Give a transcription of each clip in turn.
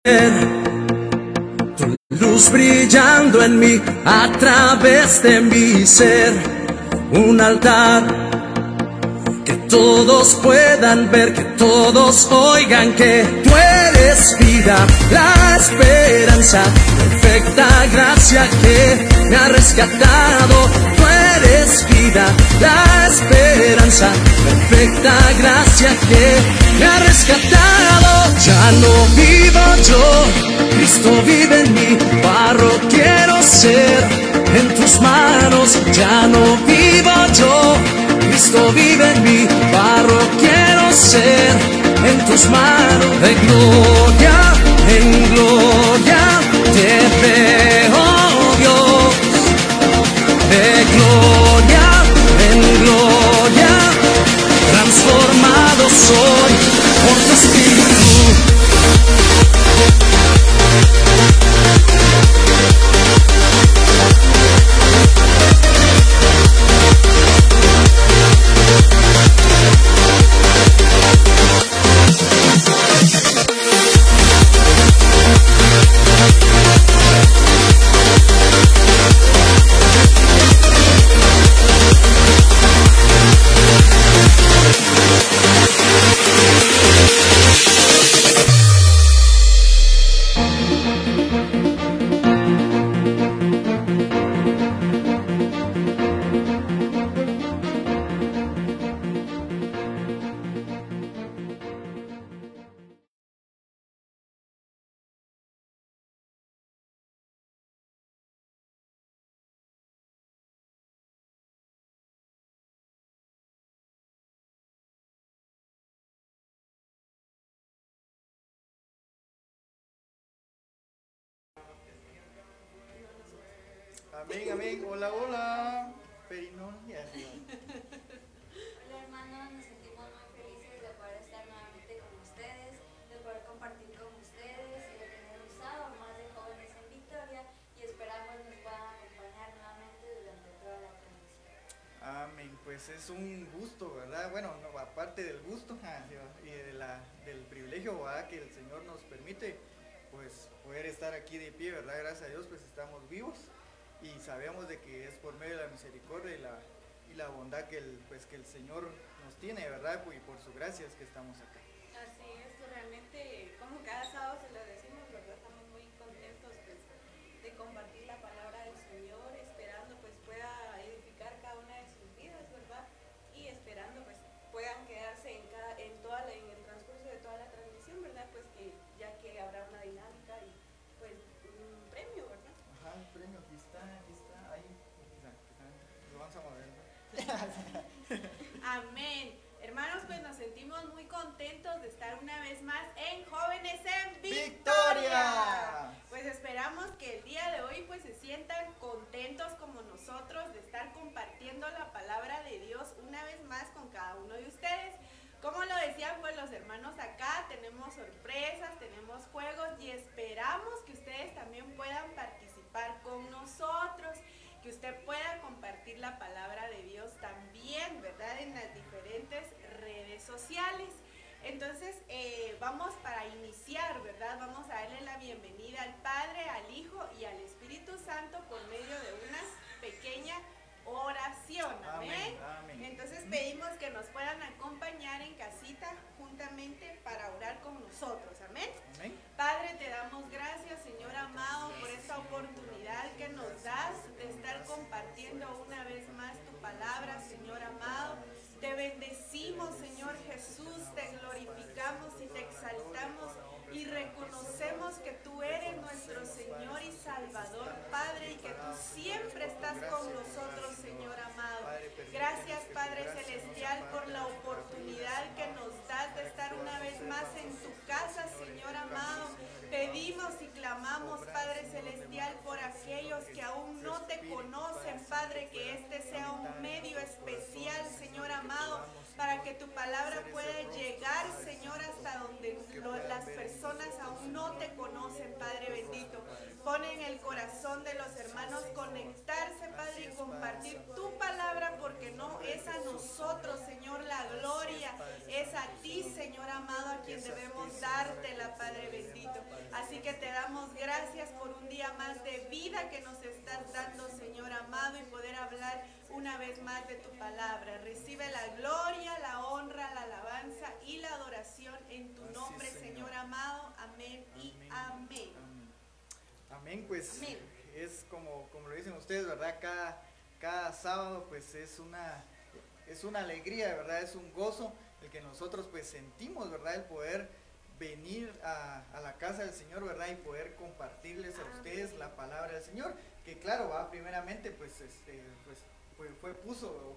tu luz brillando en mí a través de mi ser, un altar que todos puedan ver, que todos oigan que tú eres vida, la esperanza, perfecta gracia que me ha rescatado. Tú eres vida, la esperanza, perfecta gracia que me ha rescatado. Ya no vivo yo, Cristo vive en mí, barro quiero ser en tus manos. Ya no vivo yo, Cristo vive en mí, barro quiero ser en tus manos. De gloria en gloria te veo, Dios. De gloria en gloria transformado soy por tu espíritu. Amén, amén. Hola, hola. Perinón y arriba. Hola hermanos, nos sentimos muy felices de poder estar nuevamente con ustedes, de poder compartir con ustedes y de tener un sábado más de Jóvenes en Victoria, y esperamos nos puedan acompañar nuevamente durante toda la transmisión. Amén. Pues es un gusto, ¿verdad? Bueno, no, aparte del gusto y del privilegio, ¿verdad?, que el Señor nos permite, pues poder estar aquí de pie, ¿verdad? Gracias a Dios, pues estamos vivos. Y sabemos de que es por medio de la misericordia y la bondad que el Señor nos tiene, ¿verdad? Y por su gracia es que estamos acá. Así es, realmente, como cada sábado se lo decimos, ¿verdad? Estamos muy contentos pues, de compartir la palabra del Señor, esperando pues pueda edificar cada una de sus vidas, ¿verdad? Y esperando pues puedan quedarse en el transcurso de toda la transmisión, ¿verdad? Pues que ya que habrá una dinámica y pues un premio, ¿verdad? Ajá, el premio aquí está, ahí. Lo vamos a mover, ¿no? Amén. Hermanos, pues nos sentimos muy contentos de estar una vez más en Jóvenes en Victoria. Pues esperamos que el día de hoy pues se sientan contentos como nosotros de estar compartiendo la palabra de Dios una vez más con cada uno de ustedes. Como lo decían pues los hermanos acá, tenemos sorpresas, tenemos juegos y esperamos que ustedes también puedan participar con nosotros, que usted pueda compartir la palabra de Dios también, ¿verdad?, en las diferentes redes sociales. Entonces, vamos para iniciar, ¿verdad? Vamos a darle la bienvenida al Padre, al Hijo y al Espíritu Santo por medio de una pequeña oración. Amén. Amén. Entonces pedimos que nos puedan acompañar en casita juntamente para orar con nosotros. Amén. Amén. Padre, te damos gracias, Señor amado, por esta oportunidad que nos das de estar compartiendo una vez más tu palabra, Señor amado. Te bendecimos, Señor Jesús, te glorificamos y te exaltamos y reconocemos que tú eres nuestro Señor y Salvador, Padre, y que tú siempre estás con nosotros, Señor amado. Gracias, Padre Celestial, por la oportunidad que nos das de estar una vez más en tu casa, Señor amado. Pedimos y clamamos, Padre Celestial, por aquellos que aún no te conocen, Padre, que este sea un medio especial, Señor amado, para que tu palabra pueda llegar, Señor, hasta donde las personas aún no te conocen, Padre bendito. Pon en el corazón de los hermanos conectarse, Padre, y compartir tu palabra, porque no es a nosotros, Señor, la gloria, es a ti, Señor amado, a quien debemos dártela, Padre bendito. Así que te damos gracias por un día más de vida que nos estás dando, Señor amado, y poder hablar una vez más de tu palabra. Recibe la gloria, la honra, la alabanza y la adoración en tu nombre, Señor amado. Amén y amén. Amén, pues Amén. es como lo dicen ustedes, ¿verdad? Cada sábado pues es una alegría, ¿verdad? Es un gozo el que nosotros pues sentimos, ¿verdad? El poder venir a la casa del Señor, ¿verdad? Y poder compartirles a ustedes la palabra del Señor, que claro, va primeramente pues fue puesto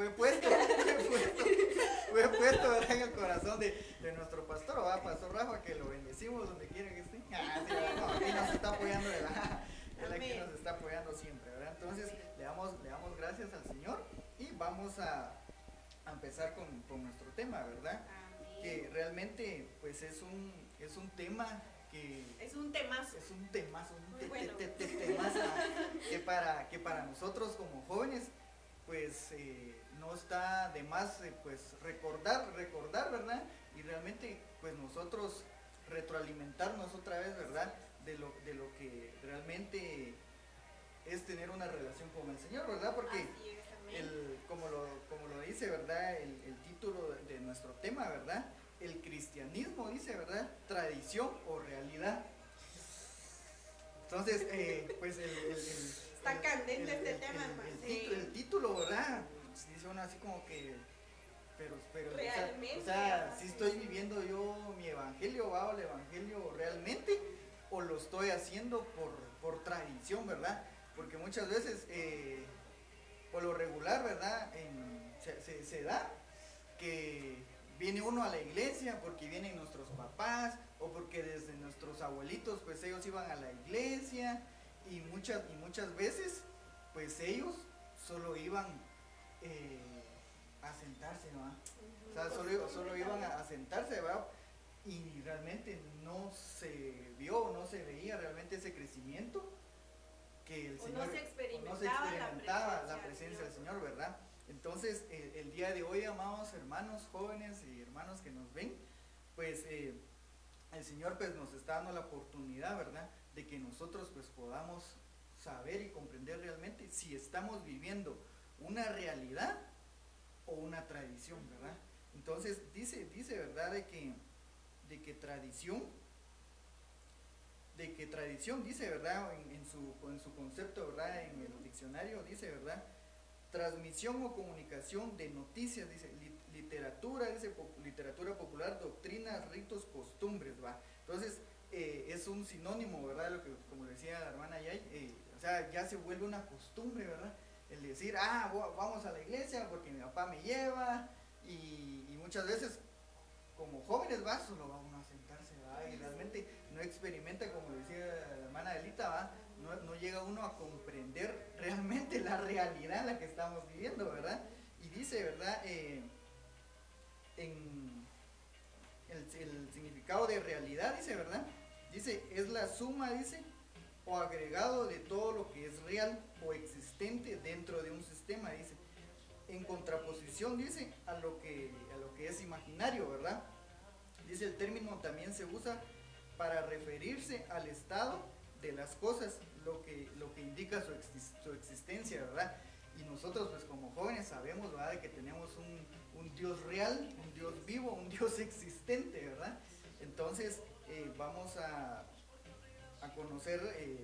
¿verdad? En el corazón de nuestro pastor, ¿verdad? Pastor Rafa, que lo bendecimos donde quiera que esté. Sí, no, aquí nos está apoyando, ¿verdad? Él aquí nos está apoyando siempre, ¿verdad? Entonces le damos gracias al Señor y vamos a empezar con nuestro tema, ¿verdad? Amén. Que realmente pues es un tema que es un temazo. Es un temazo, Bueno. temazo que para nosotros como jóvenes pues no está de más pues recordar, ¿verdad? Y realmente pues nosotros retroalimentarnos otra vez, ¿verdad? De lo que realmente es tener una relación con el Señor, ¿verdad? Porque como lo dice, ¿verdad? El título de nuestro tema, ¿verdad? El cristianismo, dice, ¿verdad? Tradición o realidad. Entonces, pues está candente este tema, hermano. El título, ¿verdad? Pues dice uno así como que, pero realmente, o sea, si estoy viviendo yo mi evangelio, ¿va? O el evangelio realmente, o lo estoy haciendo por tradición, ¿verdad? Porque muchas veces, por lo regular, ¿verdad? Se da que viene uno a la iglesia porque vienen nuestros papás o porque desde nuestros abuelitos pues ellos iban a la iglesia y muchas veces pues ellos solo iban a sentarse, ¿no? O sea, solo iban a sentarse, ¿verdad? Y realmente no se veía realmente ese crecimiento que el Señor, no se experimentaba la presencia del Señor, ¿verdad? Entonces, el día de hoy, amados hermanos, jóvenes y hermanos que nos ven, pues el Señor pues nos está dando la oportunidad, ¿verdad? De que nosotros pues podamos saber y comprender realmente si estamos viviendo una realidad o una tradición, ¿verdad? Entonces, dice, ¿verdad? De que tradición, dice, ¿verdad? En su concepto, ¿verdad? En el diccionario, dice, ¿verdad? Transmisión o comunicación de noticias, dice, literatura, dice, literatura popular, doctrinas, ritos, costumbres, ¿va? Entonces, es un sinónimo, ¿verdad? Lo que, como decía la hermana Yay, o sea, ya se vuelve una costumbre, ¿verdad? El decir, vamos a la iglesia porque mi papá me lleva, y muchas veces, como jóvenes, ¿va? Solo va uno a sentarse, ¿va? Y realmente no experimenta, como decía la hermana Delita, ¿va? No llega uno a comprender realmente la realidad en la que estamos viviendo, ¿verdad? Y dice, ¿verdad? En el significado de realidad, dice, ¿verdad? Dice, es la suma, dice, o agregado de todo lo que es real o existente dentro de un sistema, dice. En contraposición, dice, a lo que es imaginario, ¿verdad? Dice, el término también se usa para referirse al estado de las cosas, lo que indica su existencia, ¿verdad? Y nosotros pues como jóvenes sabemos, ¿verdad? De que tenemos un Dios real, un Dios vivo, un Dios existente, ¿verdad? Entonces vamos a conocer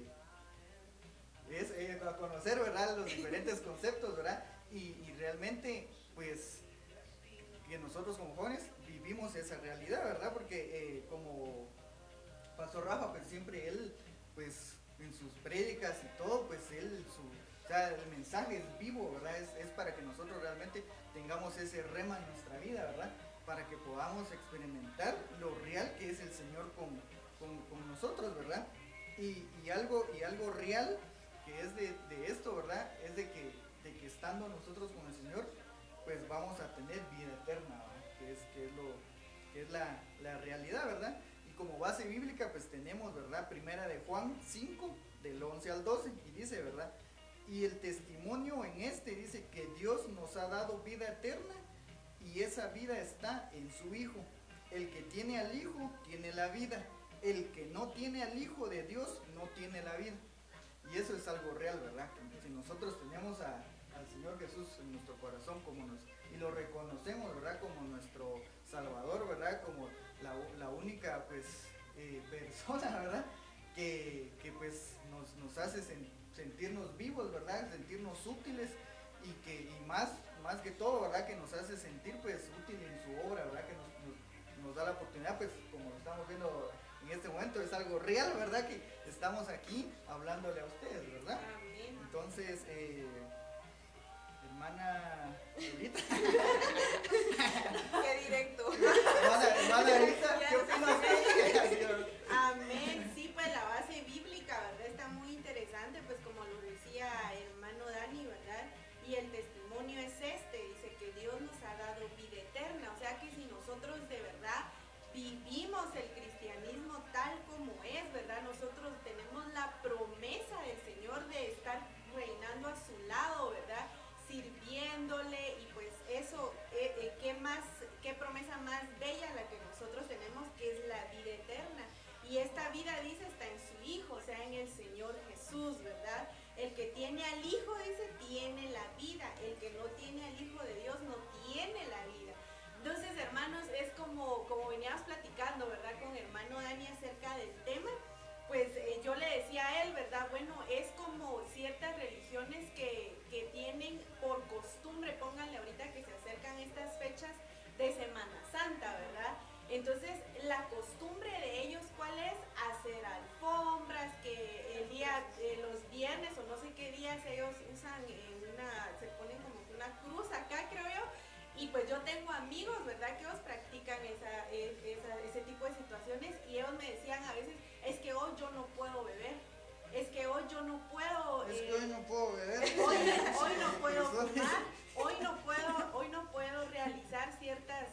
¿verdad? Los diferentes conceptos, ¿verdad? Y realmente pues que nosotros como jóvenes vivimos esa realidad, ¿verdad? Porque como Pastor Rafa, pues siempre él, pues en sus prédicas y todo, pues o sea, el mensaje es vivo, ¿verdad? Es para que nosotros realmente tengamos ese rema en nuestra vida, ¿verdad? Para que podamos experimentar lo real que es el Señor con nosotros, ¿verdad? Y algo real que es de esto, ¿verdad? Es de que estando nosotros con el Señor, pues vamos a tener vida eterna, ¿verdad? que es la realidad, ¿verdad? Y como base bíblica, pues tenemos, ¿verdad? Primera de Juan 5, del 11 al 12, y dice, ¿verdad? Y el testimonio en dice que Dios nos ha dado vida eterna, y esa vida está en su Hijo. El que tiene al Hijo tiene la vida. el que no tiene al Hijo de Dios no tiene la vida. Y eso es algo real, ¿verdad? Si nosotros tenemos al Señor Jesús en nuestro corazón y lo reconocemos, ¿verdad? Como nuestro Salvador, ¿verdad? Como la única, pues, persona, ¿verdad? Que pues nos hace sentirnos vivos, ¿verdad? Sentirnos útiles y más que todo, ¿verdad? Que nos hace sentir, pues, útil en su obra, ¿verdad? Que nos da la oportunidad, pues, como lo estamos viendo en este momento, es algo real, ¿verdad? Que estamos aquí hablándole a ustedes, ¿verdad? Amén. Entonces, hermana Lolita. Qué directo. Hermana Lolita, ¿qué opinas de Amén. Sí, pues la base bíblica, ¿verdad? Está muy interesante, pues como lo decía hermano Dani, ¿verdad? Y el testimonio es dice que Dios nos ha dado vida eterna, o sea que si nosotros de verdad vivimos el cristianismo tal como es, ¿verdad? Nosotros tenemos la promesa del Señor de estar reinando a su lado, ¿verdad? Sirviéndole, y pues eso, qué promesa más bella la que nosotros tenemos, que es la vida eterna. Y esta vida, dice, está en su Hijo, o sea, en el Señor Jesús, ¿verdad? El que tiene al Hijo, dice, tiene la vida. El que no tiene al Hijo de Dios no tiene la vida. Entonces, hermanos, es como veníamos platicando, ¿verdad? Con hermano Dani acerca del tema. Pues yo le decía a él, ¿verdad? Bueno, es como ciertas religiones que tienen por costumbre, pónganle ahorita que se acercan estas fechas de Semana Santa, ¿verdad? Entonces, la costumbre de ellos, ¿cuál es? Hacer alfombras, que el día, los viernes o no sé qué días ellos usan se ponen como que una cruz acá, creo yo. Y pues yo tengo amigos, ¿verdad? Que ellos practican ese tipo de situaciones, y ellos me decían a veces, es que hoy yo no puedo beber, es que hoy yo no puedo... Es que hoy no puedo beber. Hoy no puedo fumar, hoy no puedo realizar ciertas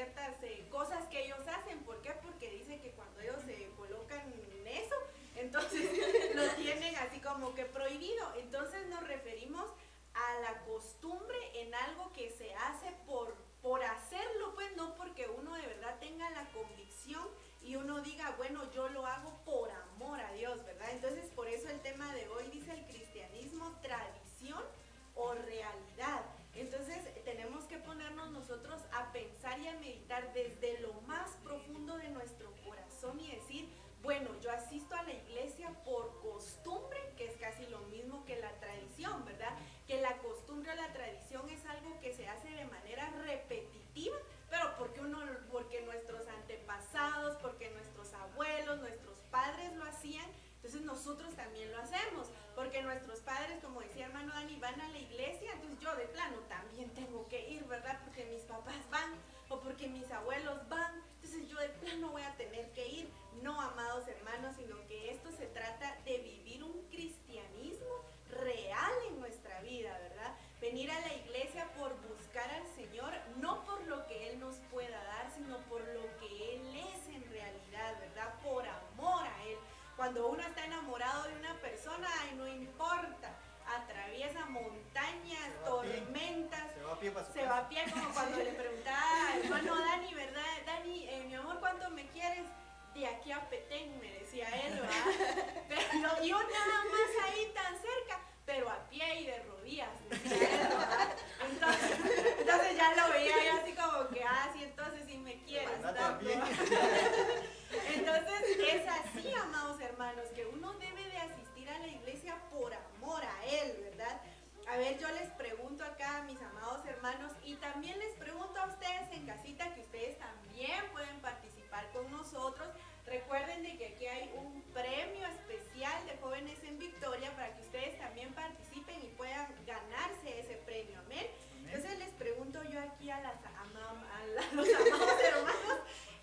cosas que ellos hacen. ¿Por qué? Porque dice que cuando ellos se colocan en eso, entonces lo tienen así como que prohibido. Entonces nos referimos a la costumbre en algo que se hace por hacerlo, pues no porque uno de verdad tenga la convicción y uno diga, bueno, yo lo hago por amor a Dios, ¿verdad? Entonces, por eso el tema de hoy dice el cristianismo, tradición o realidad. Entonces, tenemos que ponernos nosotros a pensar y a meditar desde lo más profundo de nuestro corazón y decir, bueno, yo asisto a la iglesia por costumbre, que es casi lo mismo que la tradición, ¿verdad? Que la costumbre o la tradición es algo que se hace de manera repetitiva, pero porque nuestros antepasados, porque nuestros abuelos, nuestros padres lo hacían, entonces nosotros también lo hacemos, porque nuestros padres, como decía hermano Dani, van a la iglesia, entonces yo de plano también tengo que ir, ¿verdad? Porque mis papás van, o porque mis abuelos van, entonces yo de plano voy a tener que ir. No, amados hermanos, sino que esto se trata de vivir un cristianismo real en nuestra vida, ¿verdad? Venir a la iglesia por buscar al Señor, no por lo que Él nos pueda dar, sino por lo que Él es en realidad, ¿verdad? Por amor a Él. Cuando uno está enamorado de una persona, ay, no importa, atraviesa montañas, tormentas, se va a pie, como cuando le preguntaba al hermano Dani, ¿verdad? Dani, mi amor, ¿cuánto me quieres? De aquí a Petén, me decía él, ¿verdad? Pero yo nada más ahí tan cerca, pero a pie y de rodillas, decía él, ¿verdad? Entonces ya lo veía yo así como que, sí, entonces sí me quieres, ¿no? Entonces es así, amados hermanos, que uno debe de asistir a la iglesia por amor a Él, ¿verdad? A ver, yo les pregunto acá a mis amados hermanos, y también les pregunto a ustedes en casita, que ustedes también pueden participar con nosotros. Recuerden de que aquí hay un premio especial de Jóvenes en Victoria para que ustedes también participen y puedan ganarse ese premio, amén. Entonces les pregunto yo aquí a los amados hermanos,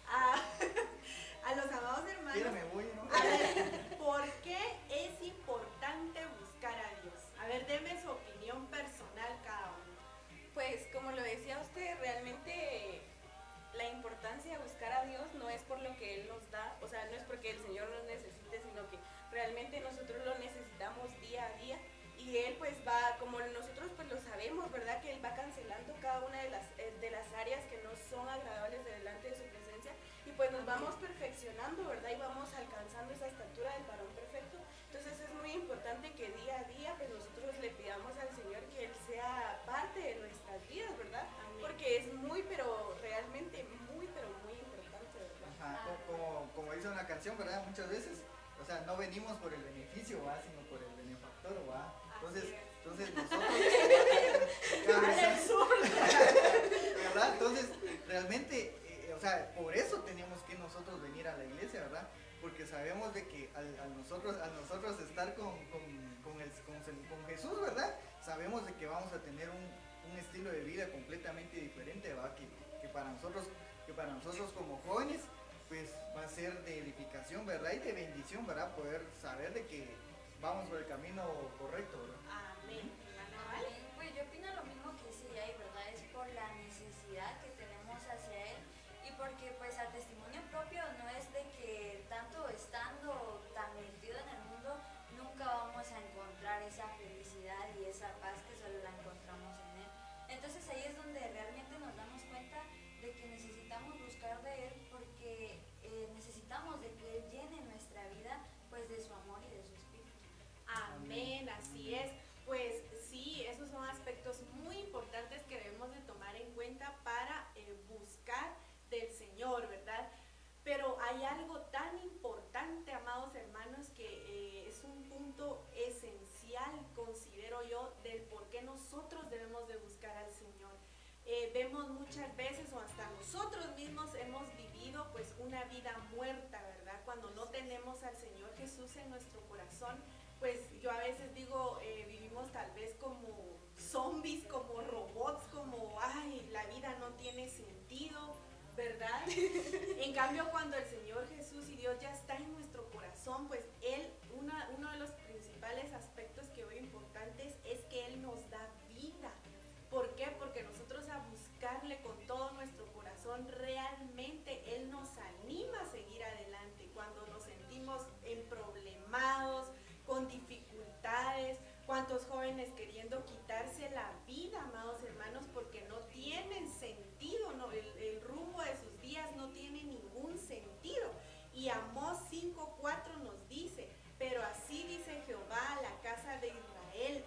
a los amados hermanos, a ver, ¿por qué es importante buscar a Dios? A ver, denme su opinión personal cada uno. Pues como lo decía usted, realmente la importancia de buscar a Dios no es por lo que Él nos da, o sea, no es porque el Señor nos necesite, sino que realmente nosotros lo necesitamos día a día, y Él pues va, como nosotros pues lo sabemos, ¿verdad? Que Él va cancelando cada una de las áreas que no son agradables delante de su presencia, y pues nos vamos perfeccionando, ¿verdad? Y vamos alcanzando esa estatura del varón perfecto. Entonces es muy importante que día a día pues nosotros le pidamos al Señor que Él sea parte de nuestras vidas, ¿verdad? Amén. Porque es muy, pero realmente muy, pero muy importante, ¿verdad? Ajá, como dice una canción, ¿verdad? Muchas veces, o sea, no venimos por el beneficio, ¿va? Sino por el benefactor, ¿va? Entonces nosotros, ¿verdad? Entonces, realmente, o sea, por eso tenemos que nosotros venir a la iglesia, ¿verdad? Porque sabemos de que al nosotros estar con Jesús, ¿verdad? Sabemos de que vamos a tener un estilo de vida completamente diferente, ¿verdad? Que para nosotros como jóvenes, pues va a ser de edificación, ¿verdad? Y de bendición, ¿verdad? Poder saber de que vamos por el camino correcto, ¿verdad? Amén. Hermana Val. Pues yo opino lo mismo que dice Yay, ¿verdad? Es por la necesidad que tenemos hacia Él y porque pues a testimonio propio no es de que tanto estando tan metido en el mundo nunca vamos a encontrar esa felicidad y esa paz que solo la encontramos en Él. Entonces ahí es donde realmente nos damos cuenta de que necesitamos buscar de Él porque necesitamos de que Él llene nuestra vida pues de su amor y de su espíritu. Amén, así es. Pues sí, esos son aspectos muy importantes que debemos de tomar en cuenta para buscar del Señor, ¿verdad? Pero hay algo tan importante, amados hermanos, que es un punto esencial, considero yo, del por qué nosotros debemos de buscar al Señor. Vemos muchas veces, o hasta nosotros mismos hemos vivido pues una vida muerta, ¿verdad? Cuando no tenemos al Señor Jesús en nuestro corazón, pues yo a veces digo, vivimos tal vez como zombies, como robots, como, ay, la vida no tiene sentido, ¿verdad? En cambio, cuando el Señor Jesús y Dios ya está en nuestro corazón, pues Él, uno de los principales aspectos que veo importantes es que Él nos da vida. ¿Por qué? Porque nosotros a buscarle con todo nuestro corazón, realmente Él nos anima a seguir adelante. Cuando nos sentimos emproblemados, con dificultades, cuántos jóvenes queriendo quitarse la vida, amados hermanos, porque no tienen sentido, no, el rumbo de sus días no tiene ningún sentido. Y Amós 5:4 nos dice, pero así dice Jehová a la casa de Israel,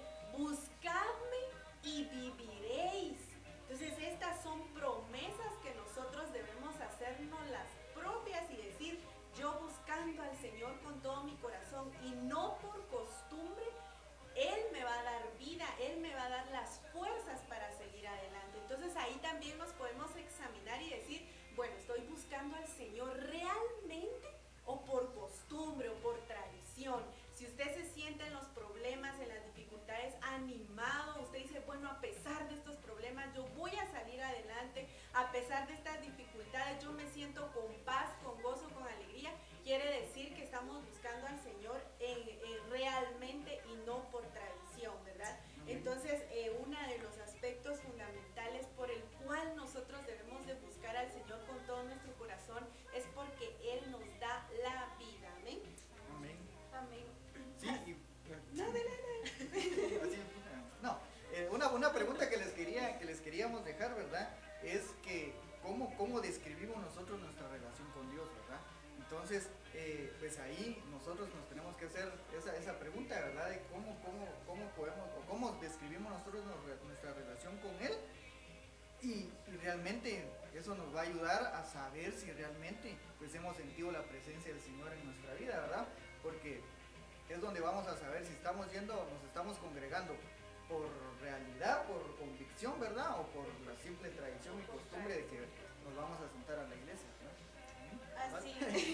buscadme y viviréis. Entonces estas son promesas que nosotros debemos hacernos las propias y decir, yo buscando al Señor con todo mi corazón y no por costumbre, Él me va a dar vida, Él me va a dar las fuerzas para seguir adelante. Entonces ahí también nos podemos examinar y decir, bueno, ¿estoy buscando al Señor realmente o por costumbre o por tradición? Si usted se siente en los problemas, en las dificultades, animado, usted dice, bueno, a pesar de estos problemas, yo voy a salir adelante, a pesar de estas dificultades, yo me siento con paz, con gozo, con alegría, quiere decir que estamos buscando al Señor realmente y no por tradición, ¿verdad? Entonces, uno de los aspectos fundamentales por el cual nosotros debemos de buscar al Señor con todo nuestro corazón es porque Él nos da la vida, ¿amén? Amén. Amén. Sí, una pregunta que les queríamos dejar, ¿verdad? Es que ¿cómo describimos nosotros nuestra relación con Dios, ¿verdad? Entonces, pues ahí nosotros nos tenemos que hacer esa pregunta, ¿verdad? De cómo describimos nosotros nuestra relación con Él. Y realmente eso nos va a ayudar a saber si realmente pues hemos sentido la presencia del Señor en nuestra vida, ¿verdad? Porque es donde vamos a saber si nos estamos congregando por realidad, por convicción, ¿verdad? O por la simple tradición y costumbre de que nos vamos a sentar a la iglesia, ¿verdad? Así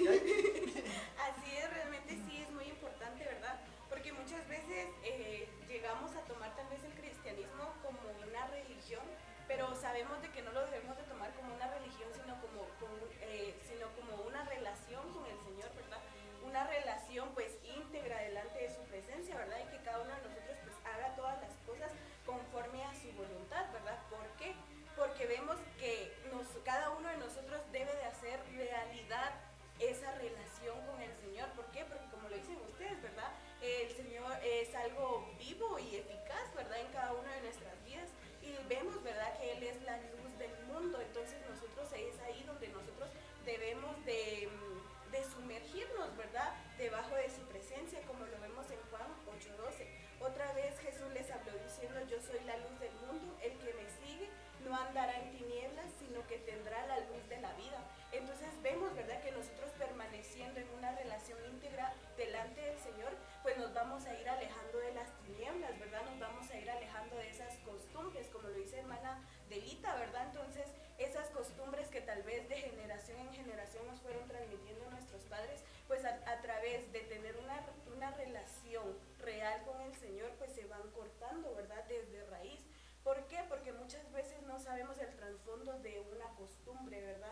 es, realmente sí es muy importante, ¿verdad? Porque muchas veces llegamos a tomar tal vez el cristianismo como una religión, pero sabemos de que no lo debemos de tomar como una religión, sino como una relación con el Señor, ¿verdad? Una relación pues íntegra delante de su presencia, ¿verdad? Y que cada uno de nosotros pues haga todas las cosas conforme a su voluntad, ¿verdad? ¿Por qué? Porque vemos que cada uno de nosotros debe de hacer realidad esa relación con el Señor. ¿Por qué? Porque como lo dicen ustedes, ¿verdad? El Señor es algo vivo y eficaz, ¿verdad? En cada una de nuestras vidas. Y vemos, ¿verdad? Que Él es la luz del mundo. Entonces nosotros es ahí donde nosotros debemos de sumergirnos, ¿verdad? Debajo de su presencia, como lo vemos en Juan 8:12. Otra vez Jesús les habló diciendo, yo soy la luz del mundo, el que me sigue no andará en tinieblas, sino que tendrá la luz de la vida. Entonces vemos, ¿verdad?, que nosotros permaneciendo en una relación íntegra delante del Señor, pues nos vamos a ir alejando de las tinieblas, ¿verdad? Nos vamos a ir alejando de esas costumbres, como lo dice hermana Delita, ¿verdad? Entonces, esas costumbres que tal vez de generación en generación nos fueron transmitiendo nuestros padres, pues a través de tener una relación real con el Señor, pues se van cortando, ¿verdad?, desde raíz. ¿Por qué? Porque muchas veces no sabemos el trasfondo de una costumbre, ¿verdad?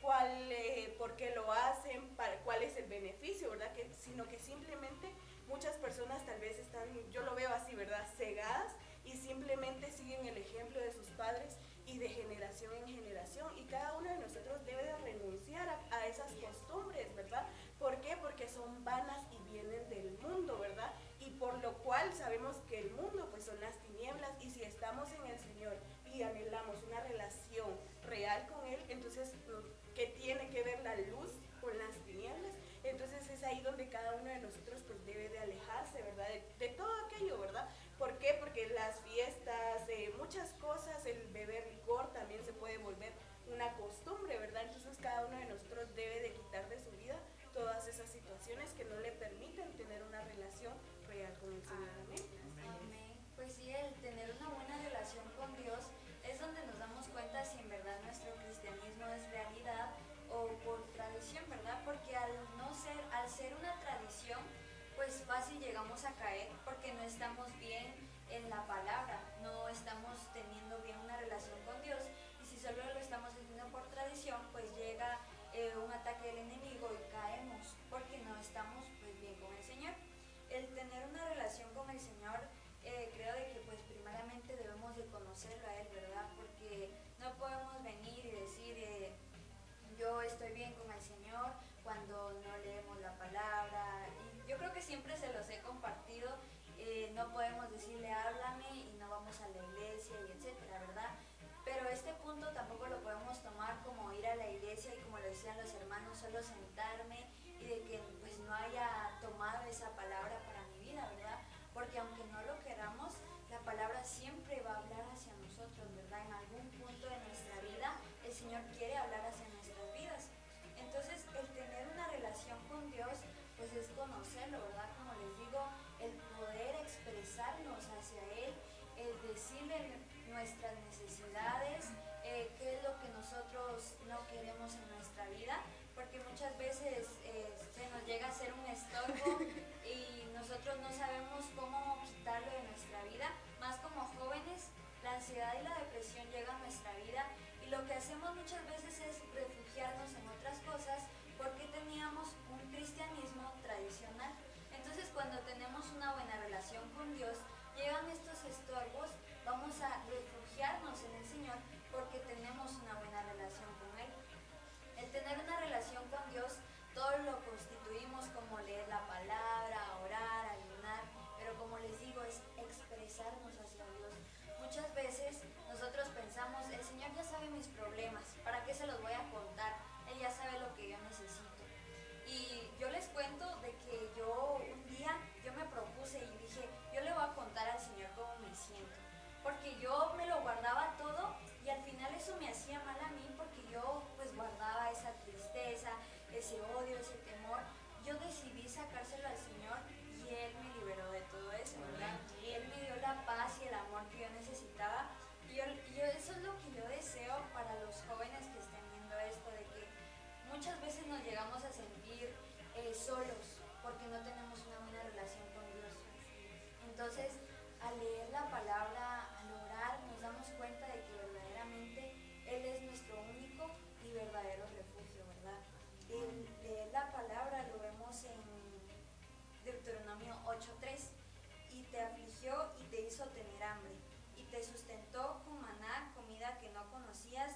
¿Por qué lo hacen? ¿Cuál es el beneficio, verdad? Sino que simplemente muchas personas tal vez están, yo lo veo así, ¿verdad?, cegadas y simplemente siguen el ejemplo de sus padres y de generación en generación. Y cada uno de nosotros debe de renunciar a esas costumbres, ¿verdad? ¿Por qué? Porque son vanas y vienen del mundo, ¿verdad? Y por lo cual sabemos que el mundo pues son las tinieblas, y si estamos en el Señor y anhelamos una relación real con Él, entonces ¿qué tiene que ver la luz con las tinieblas? Entonces es ahí donde cada uno de nosotros pues debe de alejarse, ¿verdad? De todo aquello, ¿verdad? ¿Por qué? Porque las fiestas, muchas cosas, el beber licor también se puede volver una costumbre, ¿verdad? Entonces cada uno de nosotros debe de quitar de su vida todas esas situaciones que no le permiten tener una relación real con el Señor. Amén. Amén. Pues sí, el tener una buena relación con Dios es donde nos damos cuenta si en verdad nuestro cristianismo es realidad o por tradición, ¿verdad? Porque al ser una tradición, pues fácil llegamos a caer porque no estamos bien en la palabra, no estamos teniendo bien una relación con Dios, y si solo lo estamos haciendo por tradición, pues llega un ataque del enemigo y caemos porque no estamos pues bien con el Señor. El tener una relación con el Señor, creo de que pues primeramente debemos de conocerlo a Él, ¿verdad? Porque no podemos venir y decir yo estoy bien con el Señor cuando no leemos la palabra. Y yo creo que siempre se los he compartido, no podemos decirle háblame y no vamos a la iglesia y etcétera, ¿verdad? Pero este punto tampoco lo podemos tomar como ir a la iglesia y, como lo decían los hermanos, solo sentarme y de que pues no haya tomado esa palabra para mi vida, ¿verdad? Porque aunque no lo queramos, la palabra siempre va a hablar hacia nosotros, ¿verdad? En algún punto de nuestra vida el Señor quiere hablar hacia nuestras vidas. Entonces el tener una relación con Dios pues es conocerlo, ¿verdad? Como les digo, el poder expresarnos hacia Él, el decirle nuestras necesidades, qué es lo que nosotros no queremos en nuestra vida, porque muchas veces se nos llega a ser un estorbo y nosotros no sabemos cómo quitarlo de nuestra vida. Más como jóvenes, la ansiedad y la depresión llegan a nuestra vida, y lo que hacemos muchas veces es refugiarnos en otras cosas porque teníamos un cristianismo tradicional. Entonces cuando tenemos una buena relación con Dios, llegan estos estorbos, vamos a refugiarnos en el Señor porque tenemos una buena relación con Él. El tener una relación con Dios, todo lo constituimos como leer la palabra, orar, ayunar, pero como les digo, es expresarnos hacia Dios. Muchas veces nosotros pensamos, el Señor ya sabe mis problemas, ¿para qué se los voy a contar? Él ya sabe lo que yo necesito. Y yo les cuento de que un día yo me propuse y dije, yo le voy a contar al Señor cómo me siento, porque yo me lo guardaba todo y al final eso me hacía mal a mí, porque yo pues guardaba esa tristeza, ese odio, ese temor. Yo decidí sacárselo al Señor y Él me liberó de todo eso, ¿verdad? Y Él me dio la paz y el amor que yo necesitaba. Y eso es lo que yo deseo para los jóvenes que estén viendo esto, de que muchas veces nos llegamos a sentir solos porque no tenemos una buena relación con Dios. Entonces, al leer la palabra, al orar, nos damos cuenta de que verdaderamente Él es nuestro único y verdadero refugio, ¿verdad? El leer la palabra lo vemos en Deuteronomio 8:3. Y te afligió y te hizo tener hambre, y te sustentó con maná, comida que no conocías,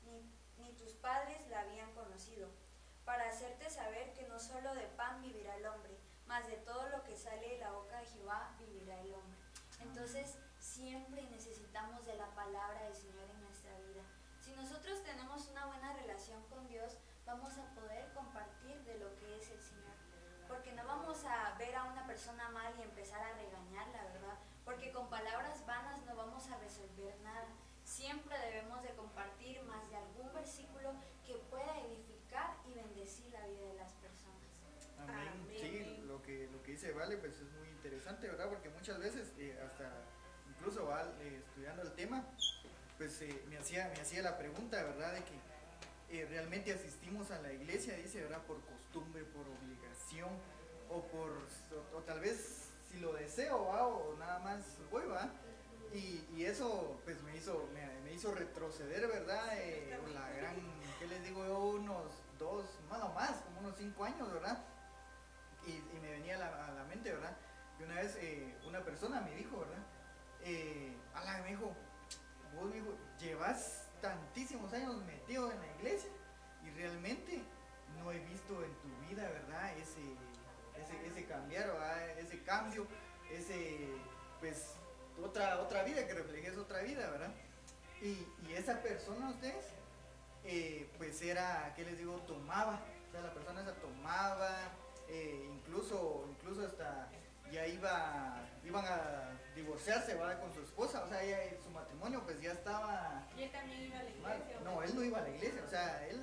ni tus padres la habían conocido, para hacerte saber que no solo de pan vivirá el hombre, mas de todo lo que sale de la boca de Jehová vivirá el hombre. Entonces, siempre necesitamos de la palabra del Señor en nuestra vida. Si nosotros tenemos una buena relación con Dios, vamos a poder compartir de lo que es el Señor. Porque no vamos a ver a una persona mal y empezar a regañarla, ¿verdad? Porque con palabras vanas no vamos a resolver nada. Siempre debemos de compartir más de algún versículo que pueda edificar y bendecir la vida de las personas. Amén. Amén. Sí, lo que dice Vale, pues es muy interesante, ¿verdad? Porque muchas veces, hasta incluso estudiando el tema, pues me hacía la pregunta, ¿verdad? De que realmente asistimos a la iglesia, dice, ¿verdad? Por costumbre, por obligación, o tal vez si lo deseo, ¿va? O nada más voy, ¿va? Y eso pues me hizo retroceder, ¿verdad? La gran, ¿qué les digo yo? Unos 2, más, como unos 5 años, ¿verdad? Y me venía a la mente, ¿verdad? Y una vez una persona me dijo, ¿verdad? Me dijo, vos, me dijo, llevas tantísimos años metido en la iglesia y realmente no he visto en tu vida, ¿verdad? Ese cambiar, ¿verdad? Ese cambio, pues, otra vida, que reflejes otra vida, ¿verdad? Y esa persona, ustedes, pues era, ¿qué les digo? Tomaba, o sea, la persona esa tomaba, incluso hasta ya iban a divorciarse, ¿va? Con su esposa, o sea, su matrimonio pues ya estaba... ¿Y él también iba a la mal. iglesia? No, él no iba a la iglesia, o sea, él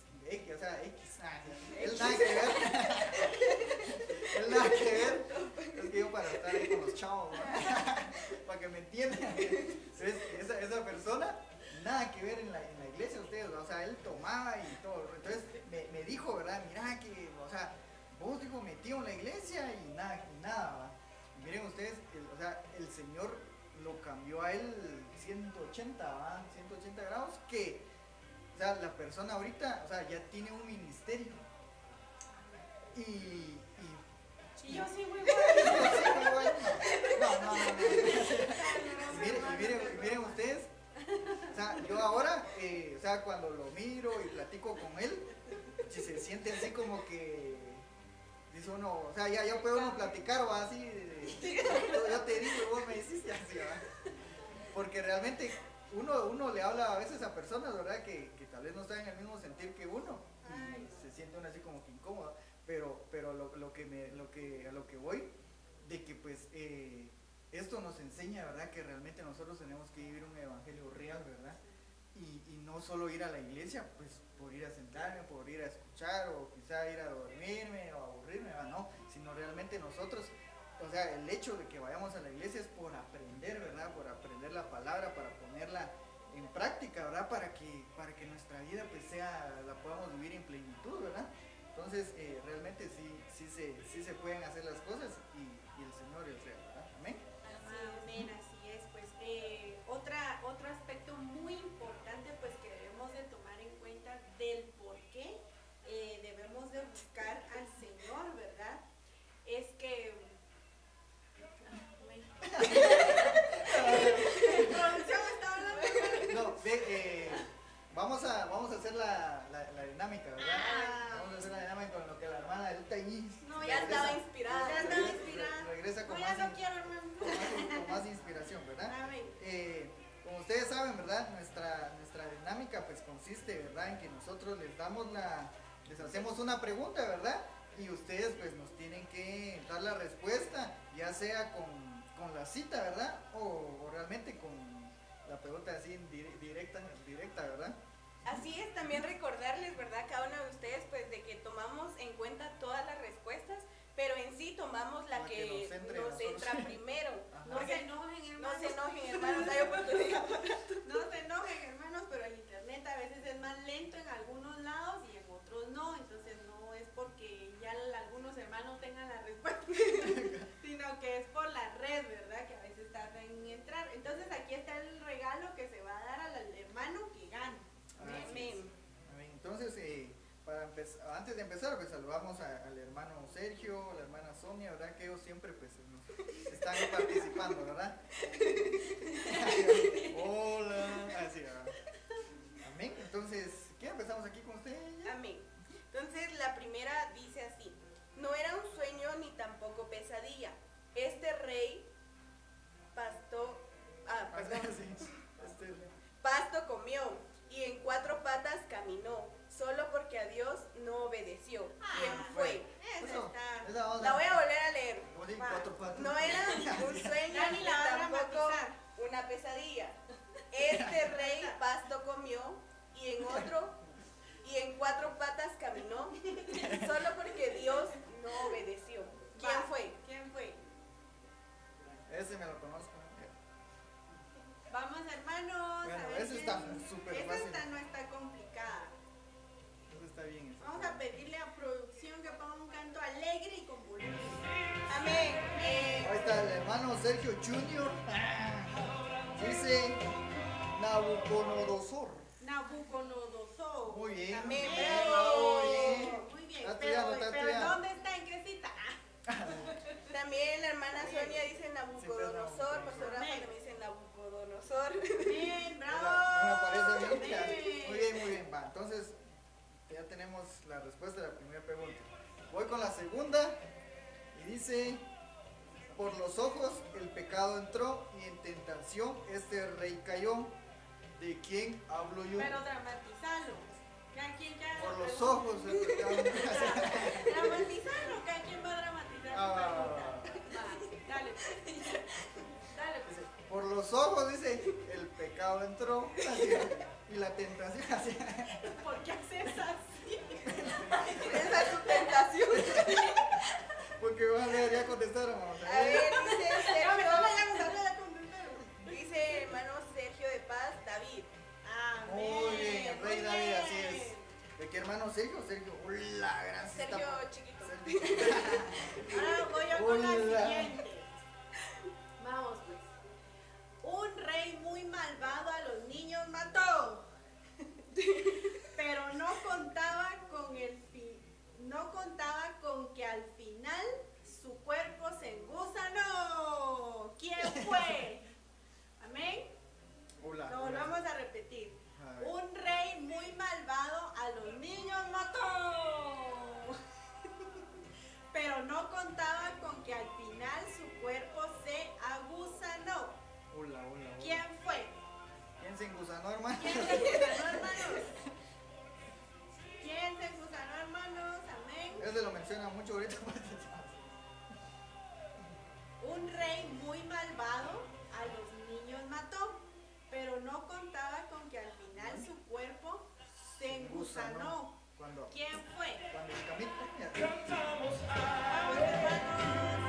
nada que ver. Él nada que ver. Es que yo para estar ahí con los chavos, ¿no? Para que me entiendan. Entonces, esa persona, nada que ver en la iglesia, ustedes, o sea, él tomaba y todo. Entonces me dijo, ¿verdad? Mira que, o sea, vos, dijo, metido en la iglesia y nada, ¿va? Y miren ustedes, el Señor lo cambió a él 180, ¿va? 180 grados, que, o sea, la persona ahorita, o sea, ya tiene un ministerio. Y yo sigo igual. No. Miren ustedes, o sea, yo ahora, o sea, cuando lo miro y platico con él, si se siente así como que dice uno, o sea, ya puede uno platicar o así, yo te digo y vos me decís, ya así, ¿verdad? Porque realmente uno le habla a veces a personas, ¿verdad? Que tal vez no están en el mismo sentir que uno y se siente uno así como que incómodo, pero a lo que voy, de que pues esto nos enseña, ¿verdad? Que realmente nosotros tenemos que vivir un evangelio real, ¿verdad? Y no solo ir a la iglesia, pues por ir a sentarme, por ir a escuchar, o quizá ir a dormirme o aburrirme, ¿verdad? No, sino realmente nosotros, o sea, el hecho de que vayamos a la iglesia es por aprender, ¿verdad? Por aprender la palabra, para ponerla en práctica, ¿verdad? Para que nuestra vida pues la podamos vivir en plenitud, ¿verdad? Entonces, realmente sí se pueden hacer las cosas y el Señor es real, ¿verdad? Amén. Amén, así es. Pues otro aspecto muy importante pues que debemos de tomar en cuenta del por qué debemos de buscar al Señor, ¿verdad? Es que producción está hablando. No, vamos a hacer la dinámica, ¿verdad? Vamos a hacer la dinámica con lo que la hermana ahorita ahí No, ya estaba inspirada. Ya estaba inspirada. Regresa con No, ya no quiero, hermano. con más inspiración, ¿verdad? Amén. Como ustedes saben, ¿verdad? Nuestra dinámica pues consiste, ¿verdad? En que nosotros les hacemos una pregunta, ¿verdad? Y ustedes pues nos tienen que dar la respuesta, ya sea con la cita, ¿verdad? O realmente con la pregunta así directa, ¿verdad? Así es, también recordarles, ¿verdad? Cada uno de ustedes, pues, de que tomamos en cuenta todas las respuestas, pero en sí tomamos la que nos entra primero. No se enojen, hermanos. No se enojen, hermanos, hay oportunidad. No se enojen, hermanos, pero el internet a veces es más lento en algunos lados y en otros no, entonces no es porque ya algunos hermanos tengan la respuesta, sino que es por la red, ¿verdad? Que a veces tarda en entrar. Entonces aquí está el regalo que se va a dar al hermano que gana. Amén. Entonces, antes de empezar, pues saludamos al hermano Sergio, a la hermana Sonia, ¿verdad? Que ellos siempre pues están participando, ¿verdad? Hola, así, ¿verdad? Amén. Entonces, ¿qué? Empezamos aquí con usted. Amén. Entonces la primera dice así: no era un sueño ni tampoco pesadilla. Este rey pasto comió y en 4 patas caminó, solo porque a Dios, no obedeció. ¿Quién fue? Eso, está. esa onda. La voy a volver a leer. Como si Va. cuatro patas. No era un sueño Ya ni ni la va a tampoco dramatizar. una pesadilla. Este rey pasto comió y en 4 patas caminó, solo porque Dios no obedeció. ¿Quién Va. fue? ¿Quién fue? Ese me lo conozco. Vamos, hermanos. Bueno, a ver ese está quién- súper esa fácil. no está complicada. Eso está bien. eso. Vamos a pedirle a producción que ponga un canto alegre y con volumen. Amén. Ahí está el hermano Sergio Junior. Dice Nabucodonosor. Nabucodonosor. Muy bien. Amén, muy bien, bravo. muy bien. Muy bien. Está Pero, estudiando, está pero estudiando. ¿dónde está en Cresita? También la hermana Sonia dice Nabucodonosor, pastor Rafa Amén. también dice Nabucodonosor. Bien, bravo. No me aparece a mí. Bien. Muy bien, muy bien. Va, entonces ya tenemos la respuesta de la primera pregunta. Voy con la segunda y dice: por los ojos el pecado entró y en tentación este rey cayó. ¿De quién hablo yo? Pero dramatizalo. Cada quien ya. Por los ojos el pecado entró. Dramatizalo. Cada quien va a dramatizar Ah, su va, va, pregunta. va. Va, dale. Pues. Dale. Pues. Dice, por los ojos dice el pecado entró así, y la tentación así. ¿Por qué haces así? Esa es su tentación. Porque van a leer, ya contestaron. Vamos A ver, dice Ya me habla, Sergio, ya me habla, ya contestaron. dice hermano Sergio de Paz, David. Amén. Muy bien, el rey Muy David, así bien. es. ¿De qué hermano Sergio? Sergio, la gran Sergio chiquito. Ahora voy yo con la Hola. siguiente. Vamos pues. Un rey muy malvado a los niños mató. Pero no contaba con que al final su cuerpo se engusanó. ¿Quién fue? Amén. Hola. Lo volvamos a repetir. A ver. Un rey muy malvado a los niños mató. Pero no contaba con que al final su cuerpo se agusanó. Hola. ¿Quién fue? ¿Quién se engusanó, hermano? ¿Quién se engusanó, hermanos? ¿Quién se engusanó, hermanos? Amén. Ese lo menciona mucho ahorita. Un rey muy malvado a los niños mató, pero no contaba con que al final su cuerpo se engusanó. Cuando ¿Quién fue? el camino. Vamos, hermanos.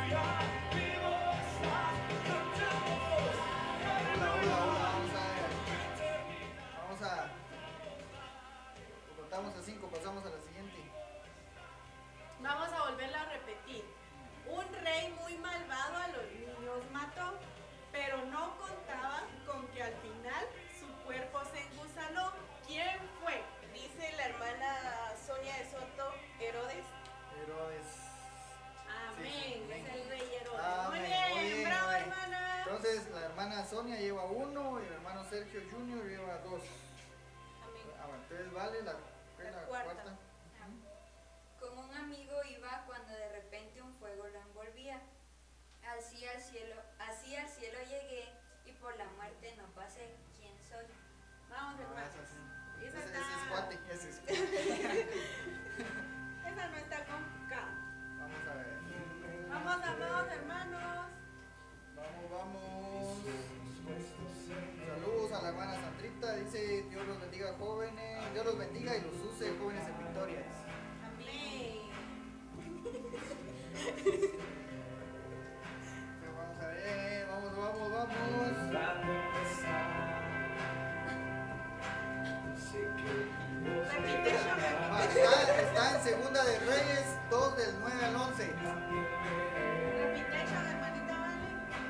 Hola. Vamos a. Contamos a 5, pasamos a la siguiente. Vamos a volverla a repetir. Un rey muy malvado a los niños mató, pero no contaba con que al final su cuerpo se engusanó. ¿Quién fue? Dice la hermana Sonia de Soto, Herodes. Herodes. Amén. Sí, Es amén. el rey Herodes. Amén, Muy bien, muy bien, bravo, muy bien. hermana. Entonces la hermana Sonia lleva 1 y el hermano Sergio Junior lleva 2. Amén. Ah, bueno, entonces vale la cuarta. Con un amigo iba cuando de repente un fuego lo envolvía. Así al cielo llegué y por la muerte no pasé. ¿Quién soy? Vamos, Ah, hermano. esa sí. Esa Ese está- es cuate, ese es cuate. Esa no está complicada. Vamos a ver. Vamos, hermanos. Vamos. Saludos a la hermana Sandrita. Dice: Dios los bendiga, jóvenes. Dios los bendiga y los use, jóvenes en victoria. Amén. Vamos a ver. Vamos. Repetition, Ah, está en Segunda de Reyes 2 del 9 al 11. repetition, hermanita, vale.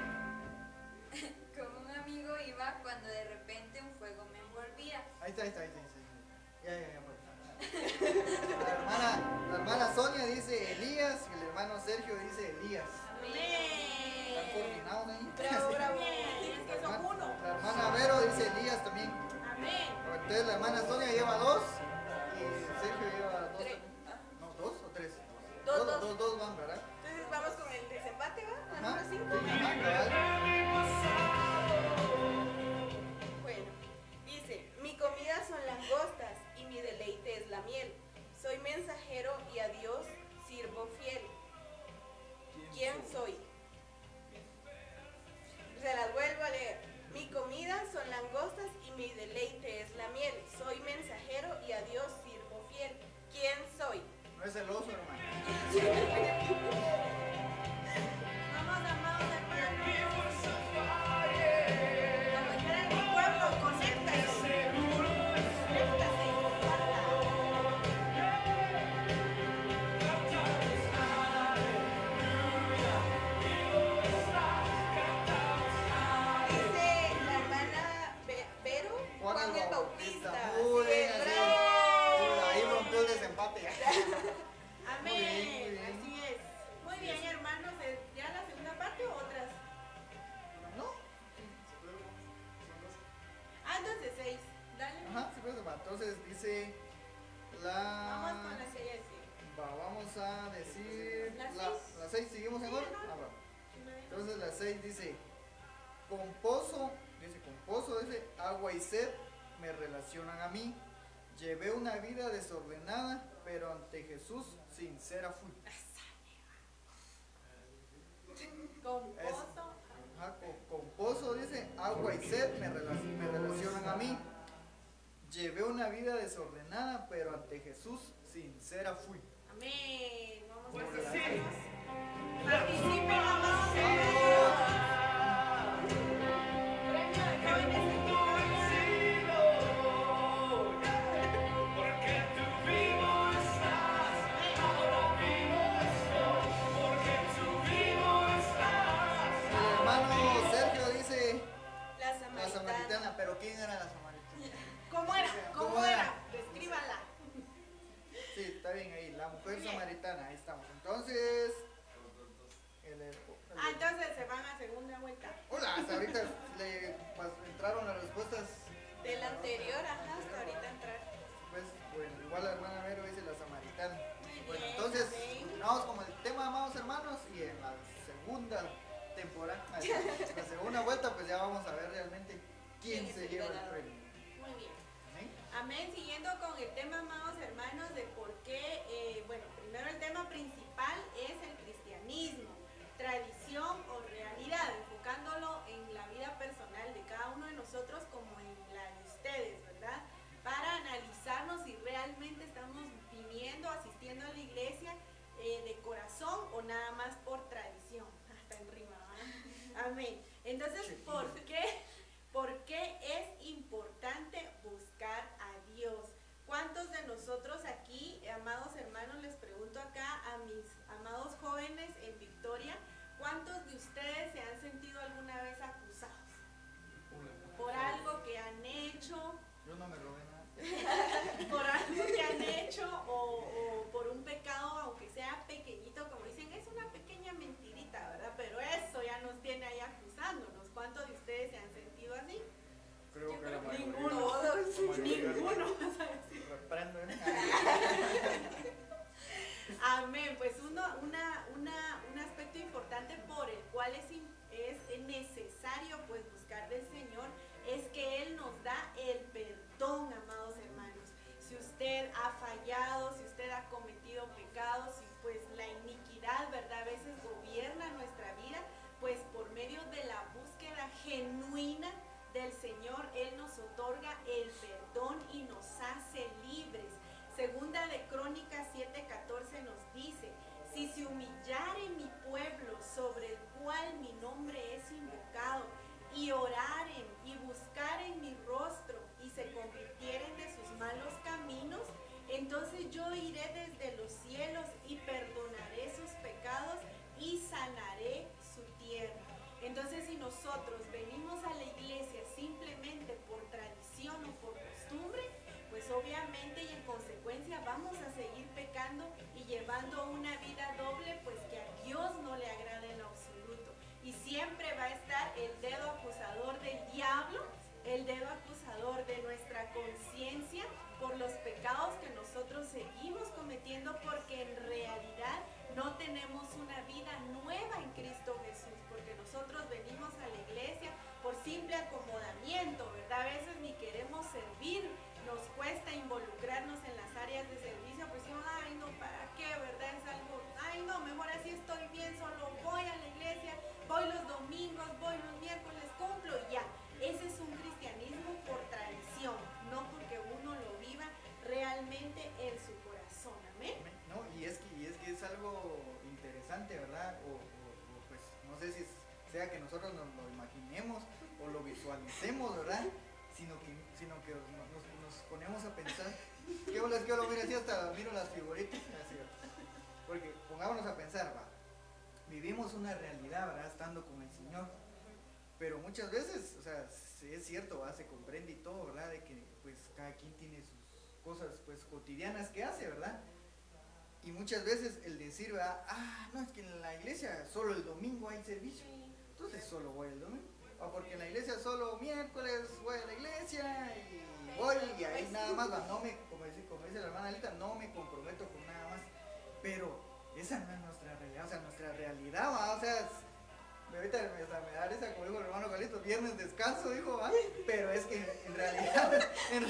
Con un amigo iba cuando de repente un fuego me envolvía. Ahí está. Ya. La hermana Sonia dice Elías y el hermano Sergio dice Elías. ¿Están coordinados ahí? Bravo, bravo. Bien, es que son uno. La hermana Vero dice Elías también. Amén. Entonces la hermana Sonia lleva 2 y Sergio lleva 2. Tres. No, 2 o 3. Dos. Dos van, ¿verdad? Entonces vamos con el desempate, ¿va? La Ajá. número 5. Ajá, cabal. Bueno, dice, mi comida son langostas y mi deleite es la miel. 6 dice, con pozo, dice, agua y sed me relacionan a mí. Llevé una vida desordenada, pero ante Jesús sincera fui. Con Es- pozo. Ajá, con pozo, dice, agua y sed me relacionan a mí. Llevé una vida desordenada, pero ante Jesús sincera fui. Amén. Vamos a Pues sentarnos. Participen, amados hermanos. Premio de jóvenes en El hermano Sergio dice, La la samaritana. samaritana, pero ¿quién era la samaritana? ¿Cómo era? ¿Cómo ¿Cómo era? era? Descríbala. Sí, está bien ahí, la mujer Bien. samaritana, ahí estamos. Entonces, Entonces se van a segunda vuelta. hola, hasta ahorita entraron las respuestas. Del anterior, ajá, hasta ahorita entrar. Pues, bueno, igual la hermana Vero dice la samaritana. Muy Bueno, bien, entonces, amén. vamos con el tema, amados hermanos, y en la segunda temporada, en la segunda vuelta, pues ya vamos a ver realmente quién ¿Quién es se el lleva el ganador? premio. Muy bien. ¿Amén? Amén. Siguiendo con el tema, amados hermanos, de por qué, bueno, primero el tema principal es el cristianismo, tradición o realidad, enfocándolo en la vida personal de cada uno de nosotros como en la de ustedes, ¿verdad? Para analizarnos si realmente estamos viviendo, asistiendo a la iglesia de corazón o nada más por tradición. Hasta en rima, ¿verdad? Amén. Entonces, ¿por qué es importante buscar a Dios? ¿Cuántos de nosotros aquí, amados hermanos, les pregunto acá a mis amados jóvenes en Victoria, ¿cuántos de ustedes se han sentido alguna vez acusados por algo que han hecho, Yo no me robé nada. por algo que han hecho o por un pecado, aunque sea pequeñito, como dicen, es una pequeña mentirita, ¿verdad? Pero eso ya nos tiene ahí acusándonos. ¿Cuántos de ustedes se han sentido así? Creo Yo que creo la que mayoría. ninguno. La mayoría. Ninguno, vas a decir. Reprendo, ¿eh? Amén. Pues un aspecto importante por el cual es necesario pues buscar del Señor es que Él nos da el perdón, amados hermanos. Si usted ha fallado, si usted ha cometido pecados, si pues la iniquidad, ¿verdad? A veces gobierna nuestra vida, pues por medio de la búsqueda genuina del Señor, Él nos otorga el perdón y nos hace libres. Segunda de Crónicas 7:14 nos dice, si se humillare mi pueblo sobre el cual mi nombre es invocado, y oraren y buscaren mi rostro y se convirtieren de sus malos caminos, entonces yo iré desde los cielos y perdonaré sus pecados y sanaré su tierra. Entonces si nosotros venimos a la iglesia simplemente por tradición o por costumbre, pues obviamente y en consecuencia vamos a seguir pecando y llevando una vida doble, pues que a Dios no le agrada en lo absoluto. Y siempre va a estar el dedo acusador del diablo, el dedo acusador de nuestra conciencia por los pecados que nosotros seguimos cometiendo, porque en realidad no tenemos una vida nueva en Cristo Jesús, porque nosotros venimos a la iglesia por simple acomodamiento, ¿verdad? A veces ni queremos servir, nos cuesta involucrarnos en las áreas de servicio, pues decimos, ay no, ¿para qué? ¿Verdad? Es algo, ay no, mejor así estoy bien, solo voy a la iglesia, voy los domingos, voy los miércoles, cumplo y ya. Ese es un cristianismo por tradición, no porque uno lo viva realmente en su corazón, amén. No, y es que es algo interesante, ¿verdad? Pues no sé si sea que nosotros nos lo imaginemos o lo visualicemos, ¿verdad? Sino que nos ponemos a pensar, ¿qué bolas que yo lo miro así hasta miro las figuritas? Así, porque pongámonos a pensar, va, vivimos una realidad, ¿verdad? Estando con el Señor, pero muchas veces, o sea, sí es cierto, ¿verdad? Se comprende y todo, ¿verdad? De que pues cada quien tiene sus cosas pues cotidianas que hace, ¿verdad? Y muchas veces el decir, ¿verdad? Ah, no, es que en la iglesia solo el domingo hay servicio, entonces solo voy el domingo. O porque en la iglesia solo miércoles voy a la iglesia y voy y ahí nada más, va, no me, como dice la hermana Alita, no me comprometo con nada más. Pero esa no es nuestra realidad, o sea, nuestra realidad, va, o sea, ahorita me da risa, como dijo el hermano Carlitos, viernes descanso, dijo, ¿va? Pero es que en realidad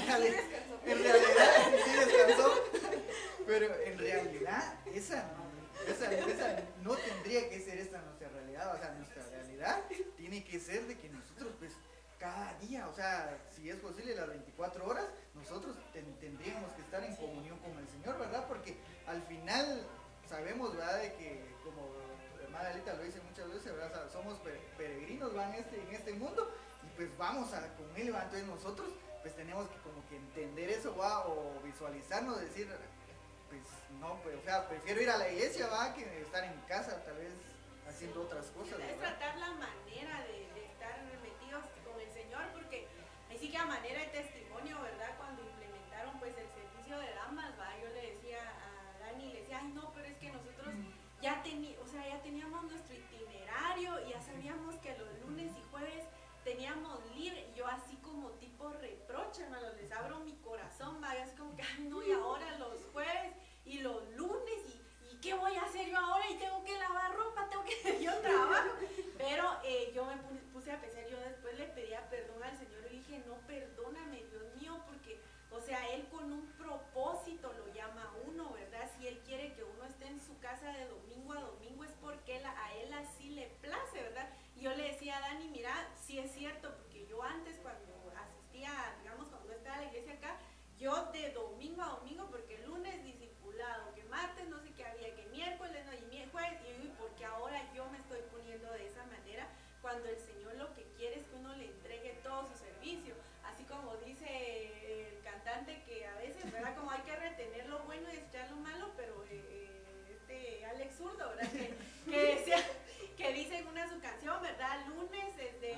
sí descansó, pero en realidad esa no tendría que ser esta nuestra realidad. O sea, nuestra realidad tiene que ser de que nosotros pues cada día, o sea, si es posible las 24 horas, nosotros tendríamos que estar en comunión con el Señor, ¿verdad? Porque al final sabemos, ¿verdad? De que, como la hermana Alita lo dice muchas veces, ¿verdad? Somos peregrinos, ¿verdad? En este mundo, y pues vamos con Él, ¿verdad? Entonces nosotros pues tenemos que como que entender eso, ¿verdad? O visualizarnos, decir, pues no, pues, o sea, prefiero ir a la iglesia, ¿verdad? Que estar en casa, tal vez haciendo otras cosas, Es ¿verdad? tratar la manera de estar metidos con el Señor, porque ahí sí que a manera de testimonio, ¿verdad? Cuando implementaron pues el servicio de damas, ¿va? Yo le decía a Dani, le decía, ay no, pero es que nosotros ya teníamos nuestro itinerario y ya sabíamos que los lunes y jueves teníamos libre. Y yo así como tipo reproche, hermano, les abro mi corazón, ¿va? Y así como que, ay no, y ahora los jueves y los lunes y ¿qué voy a hacer yo ahora? Y tengo que lavar ropa, yo trabajo. Pero yo me puse a pensar, yo después le pedía perdón al Señor y dije, no, perdóname, Dios mío, porque, o sea, Él con un propósito lo llama a uno, ¿verdad? Si Él quiere que uno esté en su casa de domingo a domingo es porque a Él así le place, ¿verdad? Y yo le decía a Dani, mira, sí es cierto, porque yo antes cuando asistía, digamos, cuando estaba en la iglesia acá, yo de domingo a domingo, porque el lunes discipulado, que martes no sé qué había, que miércoles no, y jueves, y porque ahora yo me estoy poniendo de esa manera, cuando el Señor lo que quiere es que uno le entregue todo su servicio, así como dice el cantante que a veces, ¿verdad? Como hay que retener lo bueno y echar lo malo, pero Alex Zurdo, ¿verdad? Que dice en una su canción, ¿verdad? Lunes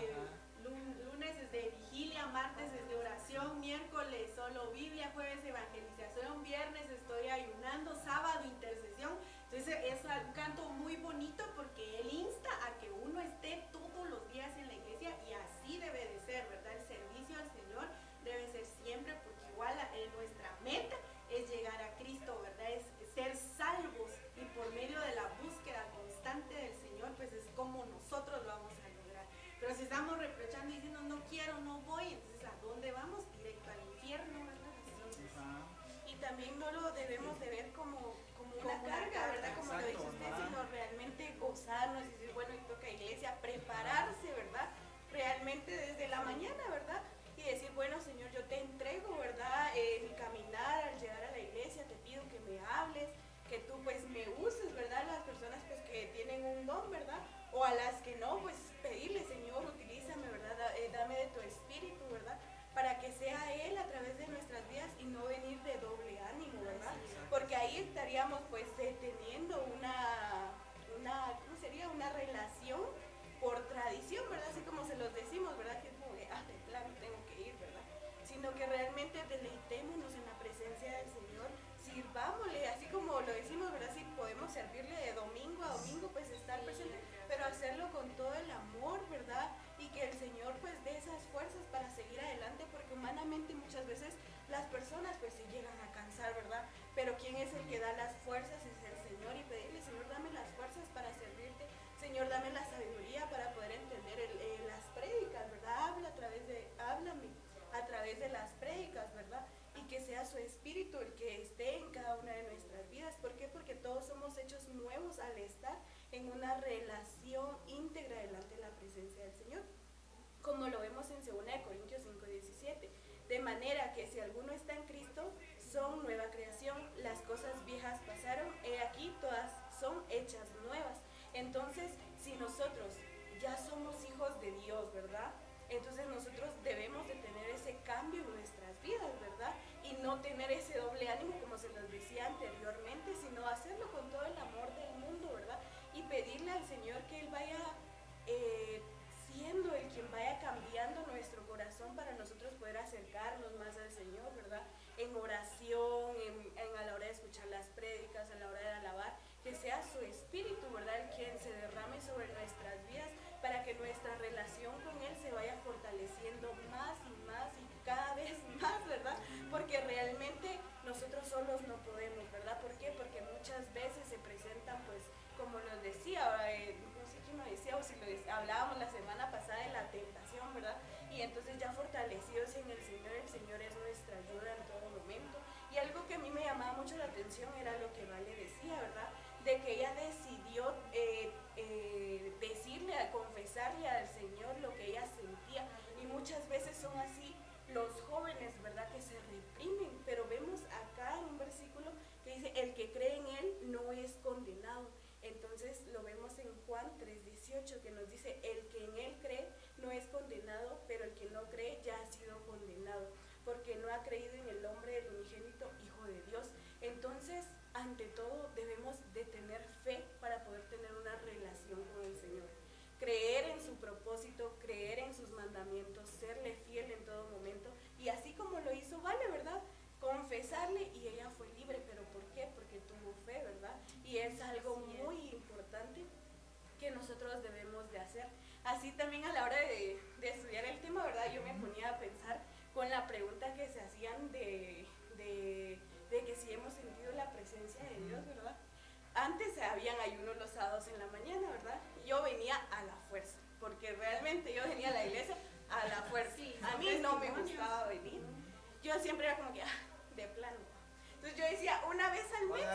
es de vigilia, martes es de oración, miércoles solo Biblia, jueves evangelización, viernes estoy ayunando, sábado intercesión. Entonces es un canto muy bonito porque él insta a que uno esté todos los días en la iglesia y así debe de ser, ¿verdad? El servicio al Señor debe ser siempre, porque igual nuestra meta es llegar a Cristo, ¿verdad? Es ser salvos, y por medio de la búsqueda constante del Señor pues es como nosotros lo vamos a lograr. Pero si estamos reprochando y diciendo no quiero, no voy, entonces ¿a dónde vamos? Directo al infierno, ¿verdad? Entonces, y también no lo debemos de ver como una carga, ¿verdad? Como lo dice usted, sino realmente gozarnos y decir, bueno, y toca iglesia, prepararse, ¿verdad? Realmente desde la mañana, ¿verdad? Y decir, bueno, Señor, yo te entrego, ¿verdad? Mi caminar al llegar a la iglesia, te pido que me hables, que tú pues me uses, ¿verdad? Las personas pues que tienen un don, ¿verdad? O a las que no, pues pedirle, Señor, utilízame, ¿verdad? Dame de tu espíritu, ¿verdad? Para que sea Él a través de nuestras vidas y no venir de doble ánimo, ¿verdad? Porque ahí estaríamos pues teniendo ¿cómo sería? Una relación por tradición, ¿verdad? Así como se los decimos, ¿verdad? Que es como que, de plano tengo que ir, ¿verdad? Sino que realmente deleitémonos en la presencia del Señor, sirvámosle, así como lo decimos, ¿verdad? Si podemos servirle de domingo a domingo, pues estar presente, pero hacerlo con todo el amor, ¿verdad? Y que el Señor pues dé esas fuerzas para seguir adelante, porque humanamente muchas veces las personas pues se llegan a cansar, ¿verdad? Pero ¿quién es el que da las fuerzas? Es el Señor, y pedirle, Señor, dame las fuerzas para servirte, Señor, dame la sabiduría para poder entender las prédicas, ¿verdad? Háblame a través de las prédicas, ¿verdad? Y que sea su espíritu el que esté en cada una de nuestras vidas. ¿Por qué? Porque todos somos hechos nuevos al estar en una relación íntegra delante de la presencia del Señor, como lo vemos en 2 Corintios 5:17. De manera que si alguno está en Cristo, son nueva creación, las cosas viejas pasaron, he aquí todas son hechas nuevas. Entonces, si nosotros ya somos hijos de Dios, ¿verdad? Entonces nosotros debemos de tener ese cambio en nuestras vidas, ¿verdad? Y no tener ese doble ánimo como se los decía anteriormente, sino hacerlo con todo el amor del mundo, ¿verdad? Y pedirle al Señor que Él vaya siendo el quien vaya cambiando nuestro corazón para nosotros poder acercarnos más al Señor, ¿verdad? En oración, a la hora de escuchar las prédicas, a la hora de alabar, que sea su espíritu, ¿verdad? El quien se derrame hablábamos la semana pasada de la tentación, ¿verdad? Y entonces ya fortalecidos en el Señor es nuestra ayuda en todo momento. Y algo que a mí me llamaba mucho la atención era lo que Vale decía, ¿verdad? De que ella decidió decirle, confesarle al Señor lo que ella sentía. Y muchas veces son así los jóvenes, ¿verdad? Que se reprimen. Pero vemos acá en un versículo que dice, el que cree en Él no es condenado. Entonces lo vemos en Juan 3:18 que nos dice, el que en Él cree no es condenado, pero el que no cree ya ha sido condenado, porque no ha creído en el nombre del unigénito Hijo de Dios. Entonces, ante todo, debemos de tener fe para poder tener una relación con el Señor. Creer en su propósito, creer en sus mandamientos, serle fiel en todo momento. Y así como lo hizo Vale, ¿verdad? Confesarle y ella fue libre. ¿Pero por qué? Porque tuvo fe, ¿verdad? Y es algo muy importante que nosotros debemos de hacer. Así también a la hora de estudiar el tema, ¿verdad? Yo me ponía a pensar con la pregunta que se hacían de que si hemos sentido la presencia de Dios, ¿verdad? Antes habían ayunos los sábados en la mañana, ¿verdad? Yo venía a la fuerza, porque realmente yo venía a la iglesia a la fuerza. A mí no me gustaba venir. Yo siempre era como que, de plano. Entonces yo decía, una vez al mes.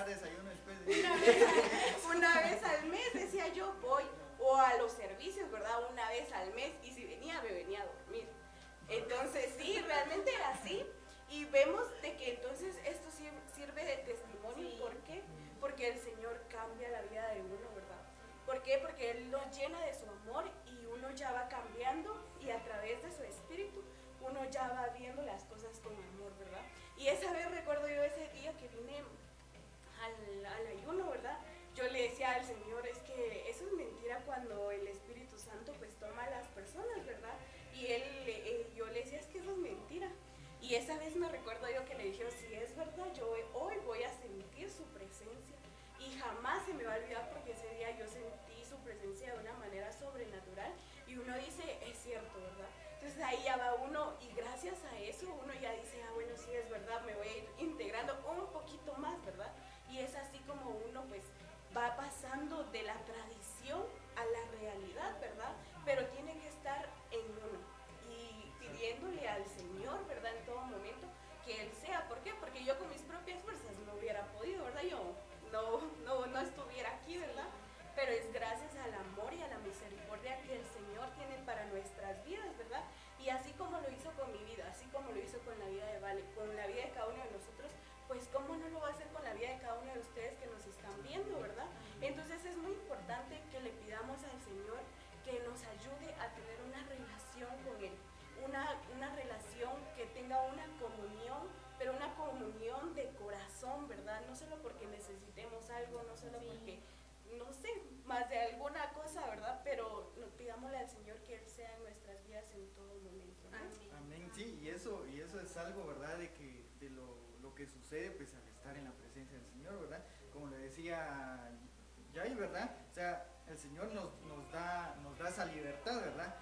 Una vez al mes decía yo, voy. O a los servicios, ¿verdad? Una vez al mes. Y si venía, me venía a dormir. Entonces sí, realmente era así. Y vemos de que entonces esto sirve de testimonio. Sí. ¿Por qué? Porque el Señor cambia la vida de uno, ¿verdad? ¿Por qué? Porque Él nos llena de su amor y uno ya va cambiando y a través de su espíritu uno ya va viendo las cosas con amor, ¿verdad? Y esa vez recuerdo yo ese día que vine al ayuno, ¿verdad? Yo le decía al Señor, es que eso es mentira cuando el Espíritu Santo pues toma a las personas, ¿verdad? Y yo le decía, es que eso es mentira. Y esa vez me recuerdo yo que le dije, si es verdad, yo hoy voy a sentir su presencia. Y jamás se me va a olvidar porque ese día yo sentí su presencia de una manera sobrenatural. Y uno dice, es cierto, ¿verdad? Entonces ahí ya va uno y gracias a eso uno ya dice, bueno, sí es verdad, me voy a ir integrando un poquito más, ¿verdad? Y es así como uno pues va pasando de la tradición a la realidad, ¿verdad? Pero tiene que estar en uno y pidiéndole al Señor, ¿verdad? En todo momento que Él sea. ¿Por qué? Porque yo con mis propias fuerzas no hubiera podido, ¿verdad? Yo no estuviera aquí, ¿verdad? Pero es gracias al amor y a la misericordia que el Señor tiene para nuestras vidas, ¿verdad? Y así como lo hizo con mi vida, así como lo hizo con la vida de Vale, con la vida de cada uno de nosotros, pues cómo no lo va a hacer con la vida de cada uno de ustedes que nos están viendo, ¿verdad? Entonces es muy importante que le pidamos al Señor que nos ayude a tener una relación con Él, una relación que tenga una comunión, pero una comunión de corazón, ¿verdad? No solo porque necesitemos algo, no solo porque, no sé, más de alguna cosa, ¿verdad? Pero pidámosle al Señor que Él sea en nuestras vidas en todo momento, ¿no? Amén, sí, y eso es algo, ¿verdad? De lo que sucede pues al estar en la presencia del Señor, ¿verdad? Como le decía Yay, ¿verdad? O sea, el Señor nos da esa libertad, ¿verdad?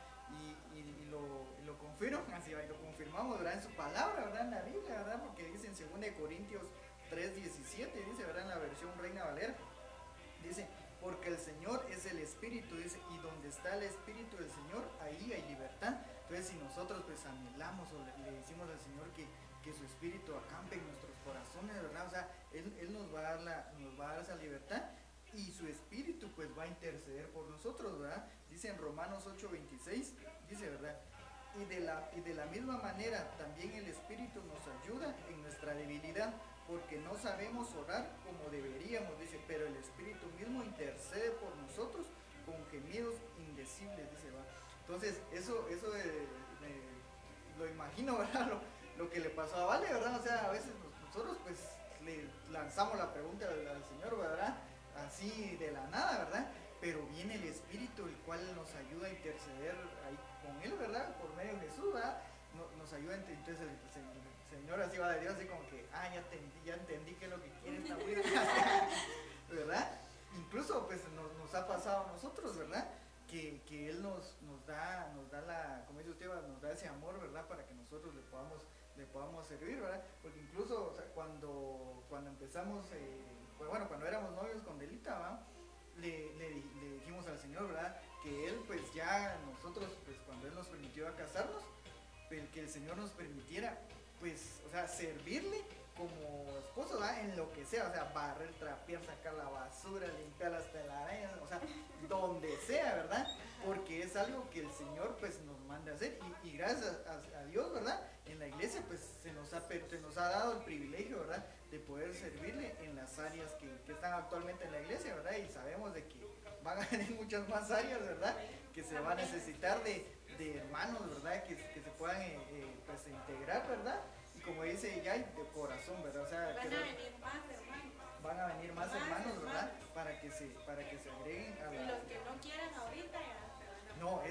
Y lo confirmamos, ¿verdad? En su palabra, ¿verdad? En la Biblia, ¿verdad? Porque dice en 2 Corintios 3:17, dice, ¿verdad? En la versión Reina Valera, dice, porque el Señor es el Espíritu, dice, y donde está el Espíritu del Señor, ahí hay libertad. Entonces, si nosotros pues anhelamos o le decimos al Señor que su Espíritu acampe en nuestros corazones, ¿verdad? O sea, Él nos va a dar esa libertad y su Espíritu pues va a interceder por nosotros, ¿verdad? Dice en Romanos 8:26, dice, ¿verdad? Y de la misma manera también el Espíritu nos ayuda en nuestra debilidad, porque no sabemos orar como deberíamos, dice, pero el Espíritu mismo intercede por nosotros con gemidos indecibles, dice, ¿va? Entonces, eso lo imagino, ¿verdad? Lo que le pasó a Vale, ¿verdad? O sea, a veces nosotros pues le lanzamos la pregunta al Señor, ¿verdad? Así de la nada, ¿verdad? Pero viene el Espíritu, el cual nos ayuda a interceder ahí con Él, ¿verdad? Por medio de Jesús, ¿verdad? Nos ayuda, entonces el Señor así va de Dios, así como que, ya entendí qué es lo que quiere esta vida, ¿verdad? Incluso pues nos ha pasado a nosotros, ¿verdad? Que Él nos da como dice usted, nos da ese amor, ¿verdad? Para que nosotros le podamos servir, ¿verdad? Porque incluso, o sea, cuando empezamos, cuando éramos novios con Delita, ¿verdad? Le dijimos al Señor, ¿verdad? que Él pues ya nosotros pues cuando Él nos permitió a casarnos, pues, que el Señor nos permitiera pues, o sea, servirle como esposo, ¿verdad? En lo que sea, o sea, barrer, trapear, sacar la basura, limpiar las telarañas, o sea, donde sea, ¿verdad? Porque es algo que el Señor pues nos manda a hacer y gracias a Dios, ¿verdad? En la iglesia pues se nos ha dado el privilegio, ¿verdad? De poder servirle en las áreas que están actualmente en la iglesia, ¿verdad? Y sabemos de que van a venir muchas más áreas, ¿verdad? Que se va a necesitar de hermanos, ¿verdad? Que se puedan pues integrar, ¿verdad? Y como dice ya, de corazón, ¿verdad? O sea, Van a venir más hermanos. Van a venir más hermanos, ¿verdad? Para que se agreguen a la... Y los que no quieran ahorita ya. No,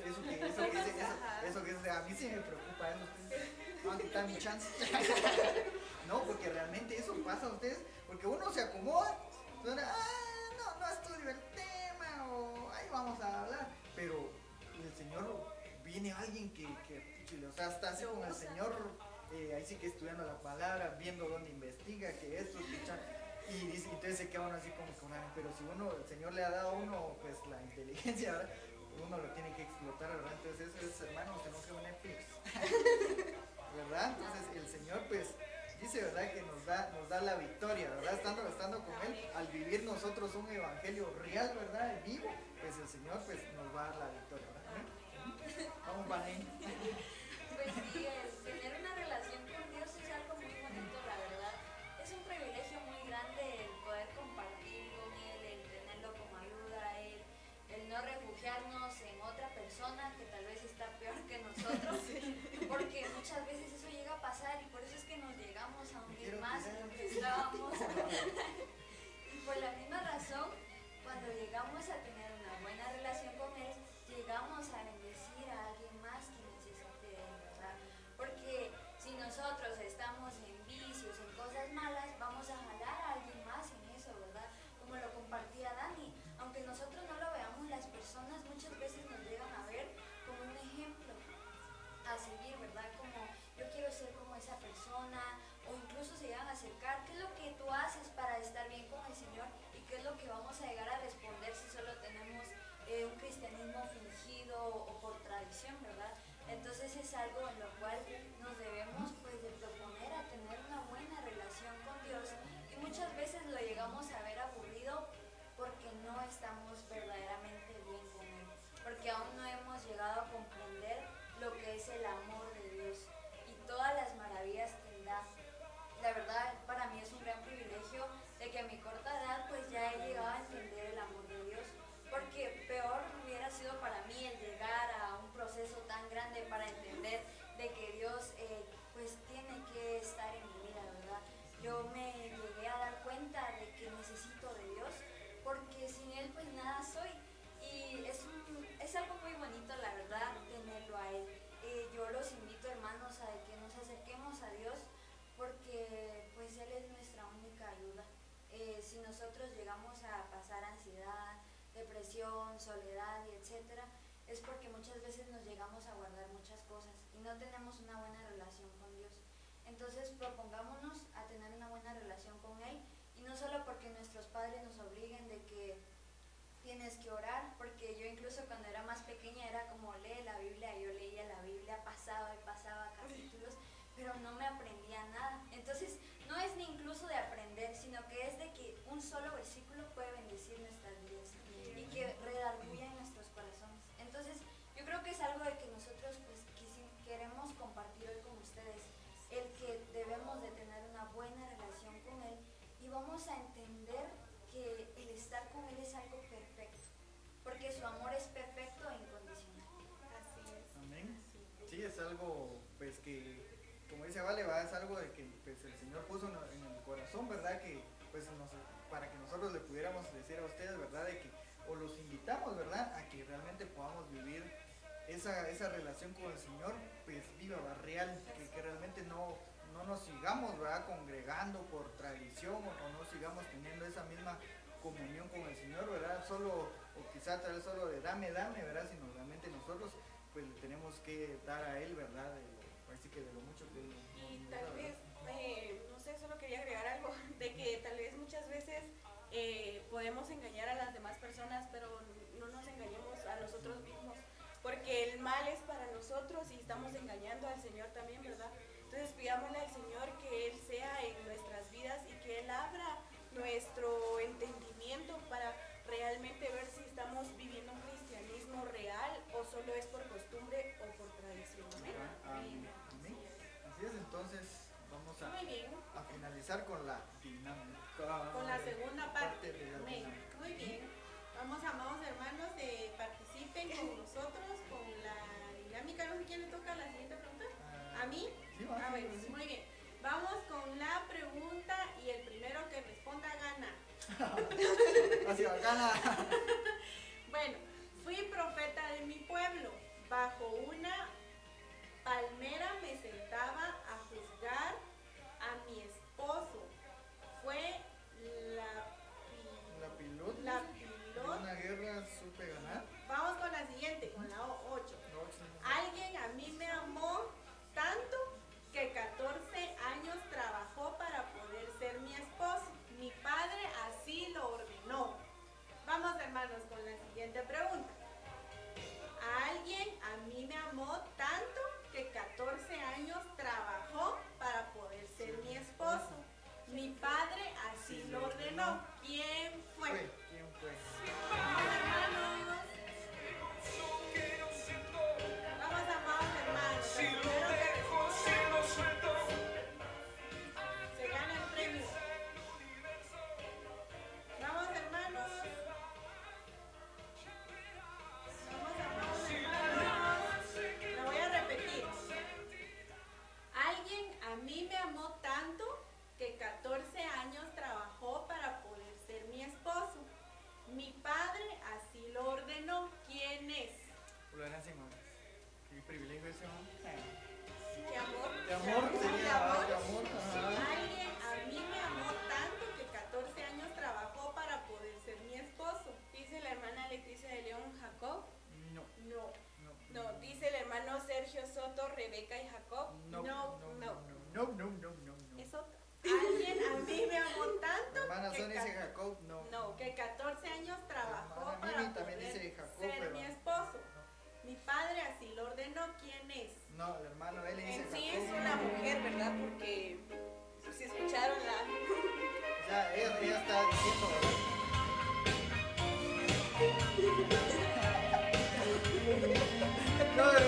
eso que a mí sí me preocupa, eso van a quitar mi chance. No, porque realmente eso pasa a ustedes, porque uno se acomoda, no estudio el tema, o ahí vamos a hablar, pero el Señor viene alguien que o sea, está así con el Señor, ahí sí que estudiando la palabra, viendo dónde investiga, que esto, escucha, y dice, entonces se queda uno así como con pero si el Señor le ha dado a uno pues la inteligencia, ¿verdad? Uno lo tiene que explotar, ¿verdad? Entonces eso es, hermanos, tenemos que ver Netflix, ¿verdad? Entonces el Señor pues dice, ¿verdad? Que nos da la victoria, ¿verdad? Estando con Él, al vivir nosotros un evangelio real, ¿verdad? Vivo, pues el Señor pues nos va a dar la victoria, ¿verdad? Vamos, Vané. Pues sí, el tener una relación con Dios es algo muy bonito, la verdad. Es un privilegio muy grande el poder compartir con Él, el tenerlo como ayuda a Él, el no refugiarnos en otra persona que tal vez está peor que nosotros, porque muchas veces eso llega a pasar y por eso es que nos llegamos a hundir más en lo que estábamos. Y por la misma razón, cuando llegamos a tener una buena relación con Él, llegamos a bendecir a alguien más que necesite de Él, ¿verdad? Porque si nosotros estamos en vicios, en cosas malas, vamos a jalar a alguien más en eso, ¿verdad? Como lo compartía Dani, aunque nosotros no lo veamos, las personas muchas veces nos llegan a ver como un ejemplo a seguir, ¿verdad? Como yo quiero ser como esa persona, o incluso se llegan a acercar, ¿qué es lo que tú haces para estar bien con el Señor? ¿Y qué es lo que vamos a llegar a responder si solo tenemos un cristianismo fingido o por tradición, ¿verdad? Entonces es algo en lo cual nos debemos pues de proponer a tener una buena relación con Dios, y muchas veces lo llegamos a ver aburrido porque no estamos verdaderamente bien con Él, porque aún no hemos llegado a comprender lo que es el amor de Dios y todas las maravillas que Él da. La verdad, para mí es un gran privilegio de que a mi corta edad pues ya he llegado a entender el amor de Dios, porque peor hubiera sido para mí el llegar a un proceso tan grande para entender de que Dios pues tiene que estar en mi vida, ¿verdad? Yo me llegué a dar cuenta de que necesito de Dios, porque sin Él pues nada soy, y es algo muy bonito, la verdad, tenerlo a Él. Yo los invito, hermanos, a que nos acerquemos a Dios, porque pues Él es nuestra única ayuda. Si nosotros llegamos a pasar ansiedad, depresión, soledad y etcétera, es porque muchas veces nos llegamos a guardar muchas cosas y no tenemos una buena relación con Dios. Entonces propongámonos a tener una buena relación con Él, y no solo porque nuestros padres nos obliguen de que tienes que orar, porque yo incluso cuando era más pequeña era como lee la Biblia, yo leía la Biblia, pasaba capítulos, pero no me aprendía nada. Entonces no es ni incluso de aprender, sino que es de que un solo versículo puede bendecir nuestras vidas y que redarguya en nuestros corazones. Entonces yo creo que es algo de que nosotros pues queremos compartir hoy con ustedes, el que debemos de tener una buena relación con Él, y vamos a entender que el estar con Él es algo perfecto, porque su amor es perfecto e incondicional. Así es. Amén. Sí, es algo pues que, como dice Vale, es algo de que pues, el Señor puso en el corazón, ¿verdad? Que pues para que nosotros le pudiéramos decir a ustedes, ¿verdad? De que, o los invitamos, ¿verdad? A que realmente podamos vivir esa relación con el Señor, pues viva, real, que realmente no nos sigamos, ¿verdad? Congregando por tradición, o no sigamos teniendo esa misma comunión con el Señor, ¿verdad? Solo, o quizá tal vez solo de dame, ¿verdad? Sino realmente nosotros pues le tenemos que dar a Él, ¿verdad? Así que de lo mucho que Él Y nos tal da, vez, ¿verdad? no sé, solo quería agregar algo, de que tal vez muchas veces podemos engañar a las demás personas, pero no nos engañemos a mal es para nosotros y estamos engañando al Señor también, ¿verdad? Entonces pidámosle al Señor que Él sea en nuestras vidas y que Él abra nuestro entendimiento para realmente ver si estamos viviendo un cristianismo real o solo es por costumbre o por tradición. Amén. Así es, entonces vamos Muy bien. a finalizar con la dinámica. Con la segunda parte. de la Amén. dinámica. Muy bien. Vamos, amados hermanos, participen con nosotros con la dinámica. No sé quién le toca la siguiente pregunta. ¿A mí? Sí, va. Bueno, muy bien. Vamos con la pregunta y el primero que responda gana. Así va, gana. Bueno, fui profeta de mi pueblo. Bajo una palmera me sentaba a juzgar a mi esposo. Fue La pilot. la En pilot. una guerra supe ganar. Vamos con la siguiente, con la 8. Alguien a mí me amó tanto que 14 años trabajó para poder ser mi esposo. Mi padre así lo ordenó. Vamos, hermanos, con la siguiente pregunta. Alguien a mí me amó tanto que 14 años trabajó para poder ser mi esposo. Mi padre así lo ordenó. ¿Quién fue? ¿Quién fue? Vamos, hermanos. Vamos, amados hermanos. El primero que responda se gana el premio. Vamos, hermanos. Vamos, amados hermanos. Lo voy a repetir. Alguien a mí me amó tanto que 14 años trabajó para poder ser mi esposo. Mi padre así lo ordenó. ¿Quién es? Lo eran sin mamás. Qué privilegio ese, ¿no? ¿Qué amor? De amor sería, ¿De amor? de amor. Ajá. Alguien a mí me amó tanto que 14 años trabajó para poder ser mi esposo. Dice la hermana Leticia de León Jacob. No. No. No, dice el hermano Sergio Soto, Rebeca y Jacob. No. Es otra. Alguien a mí me amó tanto Hermana que Sonia dice Jacob, no. No. que 14 años trabajó Hermana para Mimi también poder dice Jacob, ser pero mi esposo. Mi padre así lo ordenó. ¿Quién es? No, el hermano él dice En sí Jacob. es una mujer, ¿verdad? Porque si escucharon la... O sea, ella está diciendo, ¿verdad? No,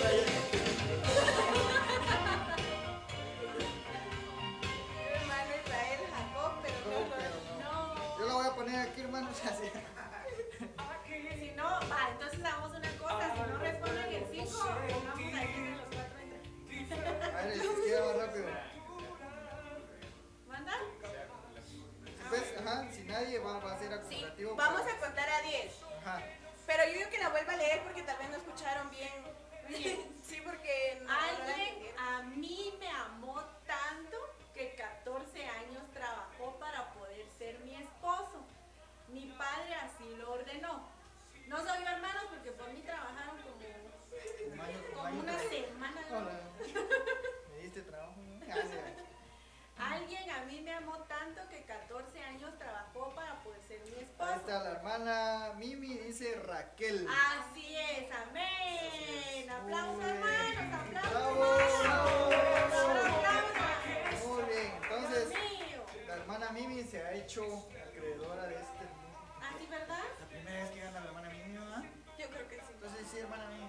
hermano Israel Jacob, pero no. yo la voy a poner aquí, hermano. O sea, sí. Si no, va, entonces hagamos una cosa. Si no responden el 5, vamos a ir en los 4 entre. A ver, el que va más rápido. ¿Manda? Pues, ajá, si nadie va a ser Sí, acumulativo. vamos a contar a 10. Ajá. Pero yo digo que la vuelva a leer porque tal vez no escucharon bien. Sí, porque no la Alguien entendieron. a mí me amó tanto que 14 años trabajó para poder ser mi esposo. Mi padre así lo ordenó. No soy yo, hermanos, porque por mí trabajaron como una semana. Hola. Me diste trabajo, ¿no? Alguien a mí me amó tanto que 14 años trabajó para poder ser mi Ahí esposo. está la hermana Mimi, dice Raquel. Así es, amén. Aplausos, Muy bien. hermanos, aplausos. Bravo, bravo, Aplausos, bravo. aplausos. Muy bien, entonces Dios mío. la hermana Mimi se ha hecho acreedora de este. ¿Así, verdad? La primera vez que gana la hermana Mimi, ¿verdad? Yo creo que sí. Entonces sí, hermana Mimi.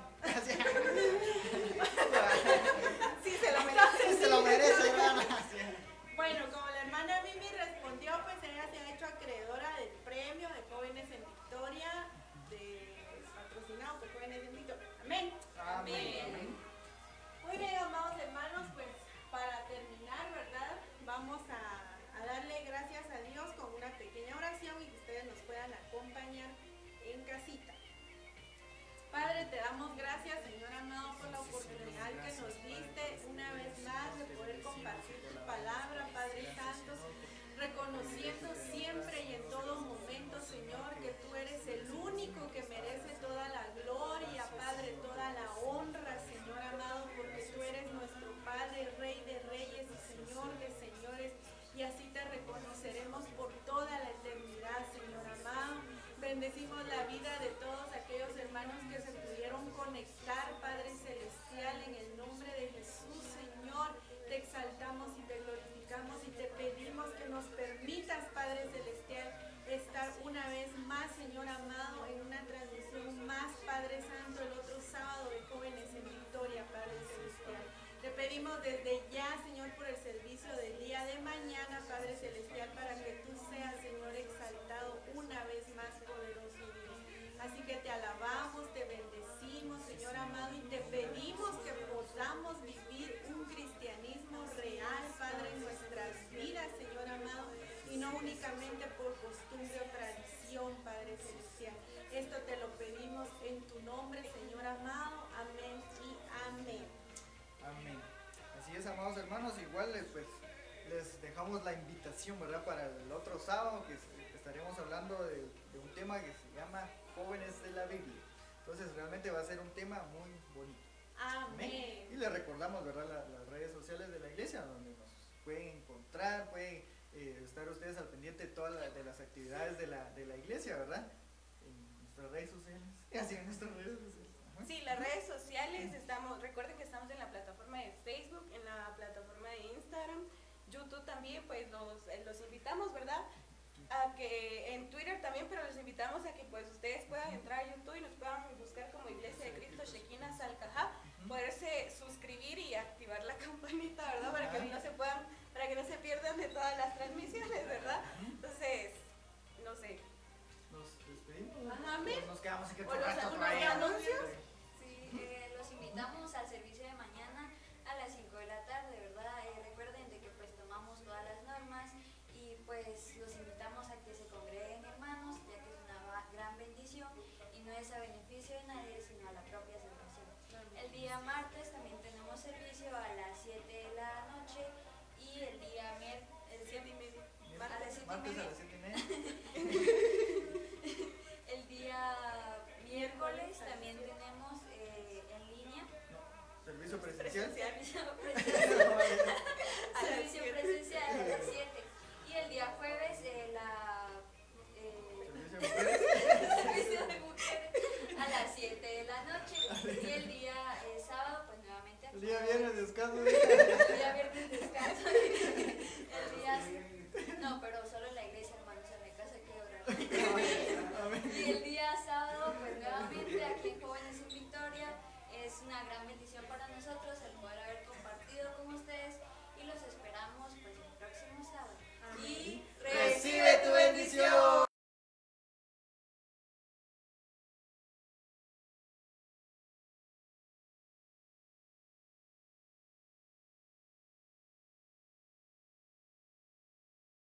Sí, se lo merece. Se lo merece, hermana. Sí. Bueno, como la hermana Mimi respondió, pues ella se ha hecho acreedora del premio de Jóvenes en Victoria, patrocinado por Jóvenes en Victoria. Amén. Amén. Muy bien, amados hermanos, pues para terminar, ¿verdad? Vamos a darle gracias a Dios con una pequeña oración y que ustedes nos puedan acompañar en casita. Padre, te damos gracias, Señor amado, por la oportunidad que nos diste una vez más de poder compartir tu palabra, Padre Santo, reconociendo siempre y en todo momento, Señor, que tú eres el único que merece toda la gloria, Padre, toda la honra, Señor amado, porque tú eres nuestro Padre, Rey de reyes y Señor de señores, y así te reconoceremos por toda la eternidad, Señor amado. Bendecimos la vida de todos aquellos hermanos que se pudieron conectar, amados hermanos, igual pues les dejamos la invitación, ¿verdad? Para el otro sábado que estaremos hablando de un tema que se llama Jóvenes de la Biblia. Entonces realmente va a ser un tema muy bonito. Amén. Y les recordamos, ¿verdad? Las redes sociales de la iglesia, donde nos pueden encontrar, pueden estar ustedes al pendiente de todas las actividades de la iglesia, ¿verdad? En nuestras redes sociales. Así en nuestras redes sociales. Ajá. Sí, las redes sociales, recuerden que estamos en la plataforma de Facebook, en la plataforma de Instagram, YouTube también, pues los invitamos, ¿verdad? A que en Twitter también, pero los invitamos a que pues ustedes puedan entrar a YouTube y nos puedan buscar como Iglesia de Cristo Shekinah Salcajá, poderse suscribir y activar la campanita, ¿verdad? Para que no se pierdan de todas las transmisiones, ¿verdad? Entonces, no sé. Nos despedimos. Ajá, amén. Nos quedamos aquí O los todavía. anuncios. Sí, los invitamos al servicio de mañana a las 5 de la tarde, ¿verdad? Recuerden de que pues tomamos todas las normas y pues los invitamos a que se congreguen, hermanos, ya que es una gran bendición y no es a beneficio de nadie, sino a la propia salvación. El día martes también tenemos servicio a las 7 de la noche y el día miércoles 7:30. a las 7:30. Martes a las 7:30. El día miércoles también tenemos en línea Servicio presencial. servicio presencial a las 7 y el día jueves Servicio de mujeres. servicio de mujeres a las 7 de la noche y el día sábado pues nuevamente aquí. El día viernes descanso. El día viernes descanso. El día no, pero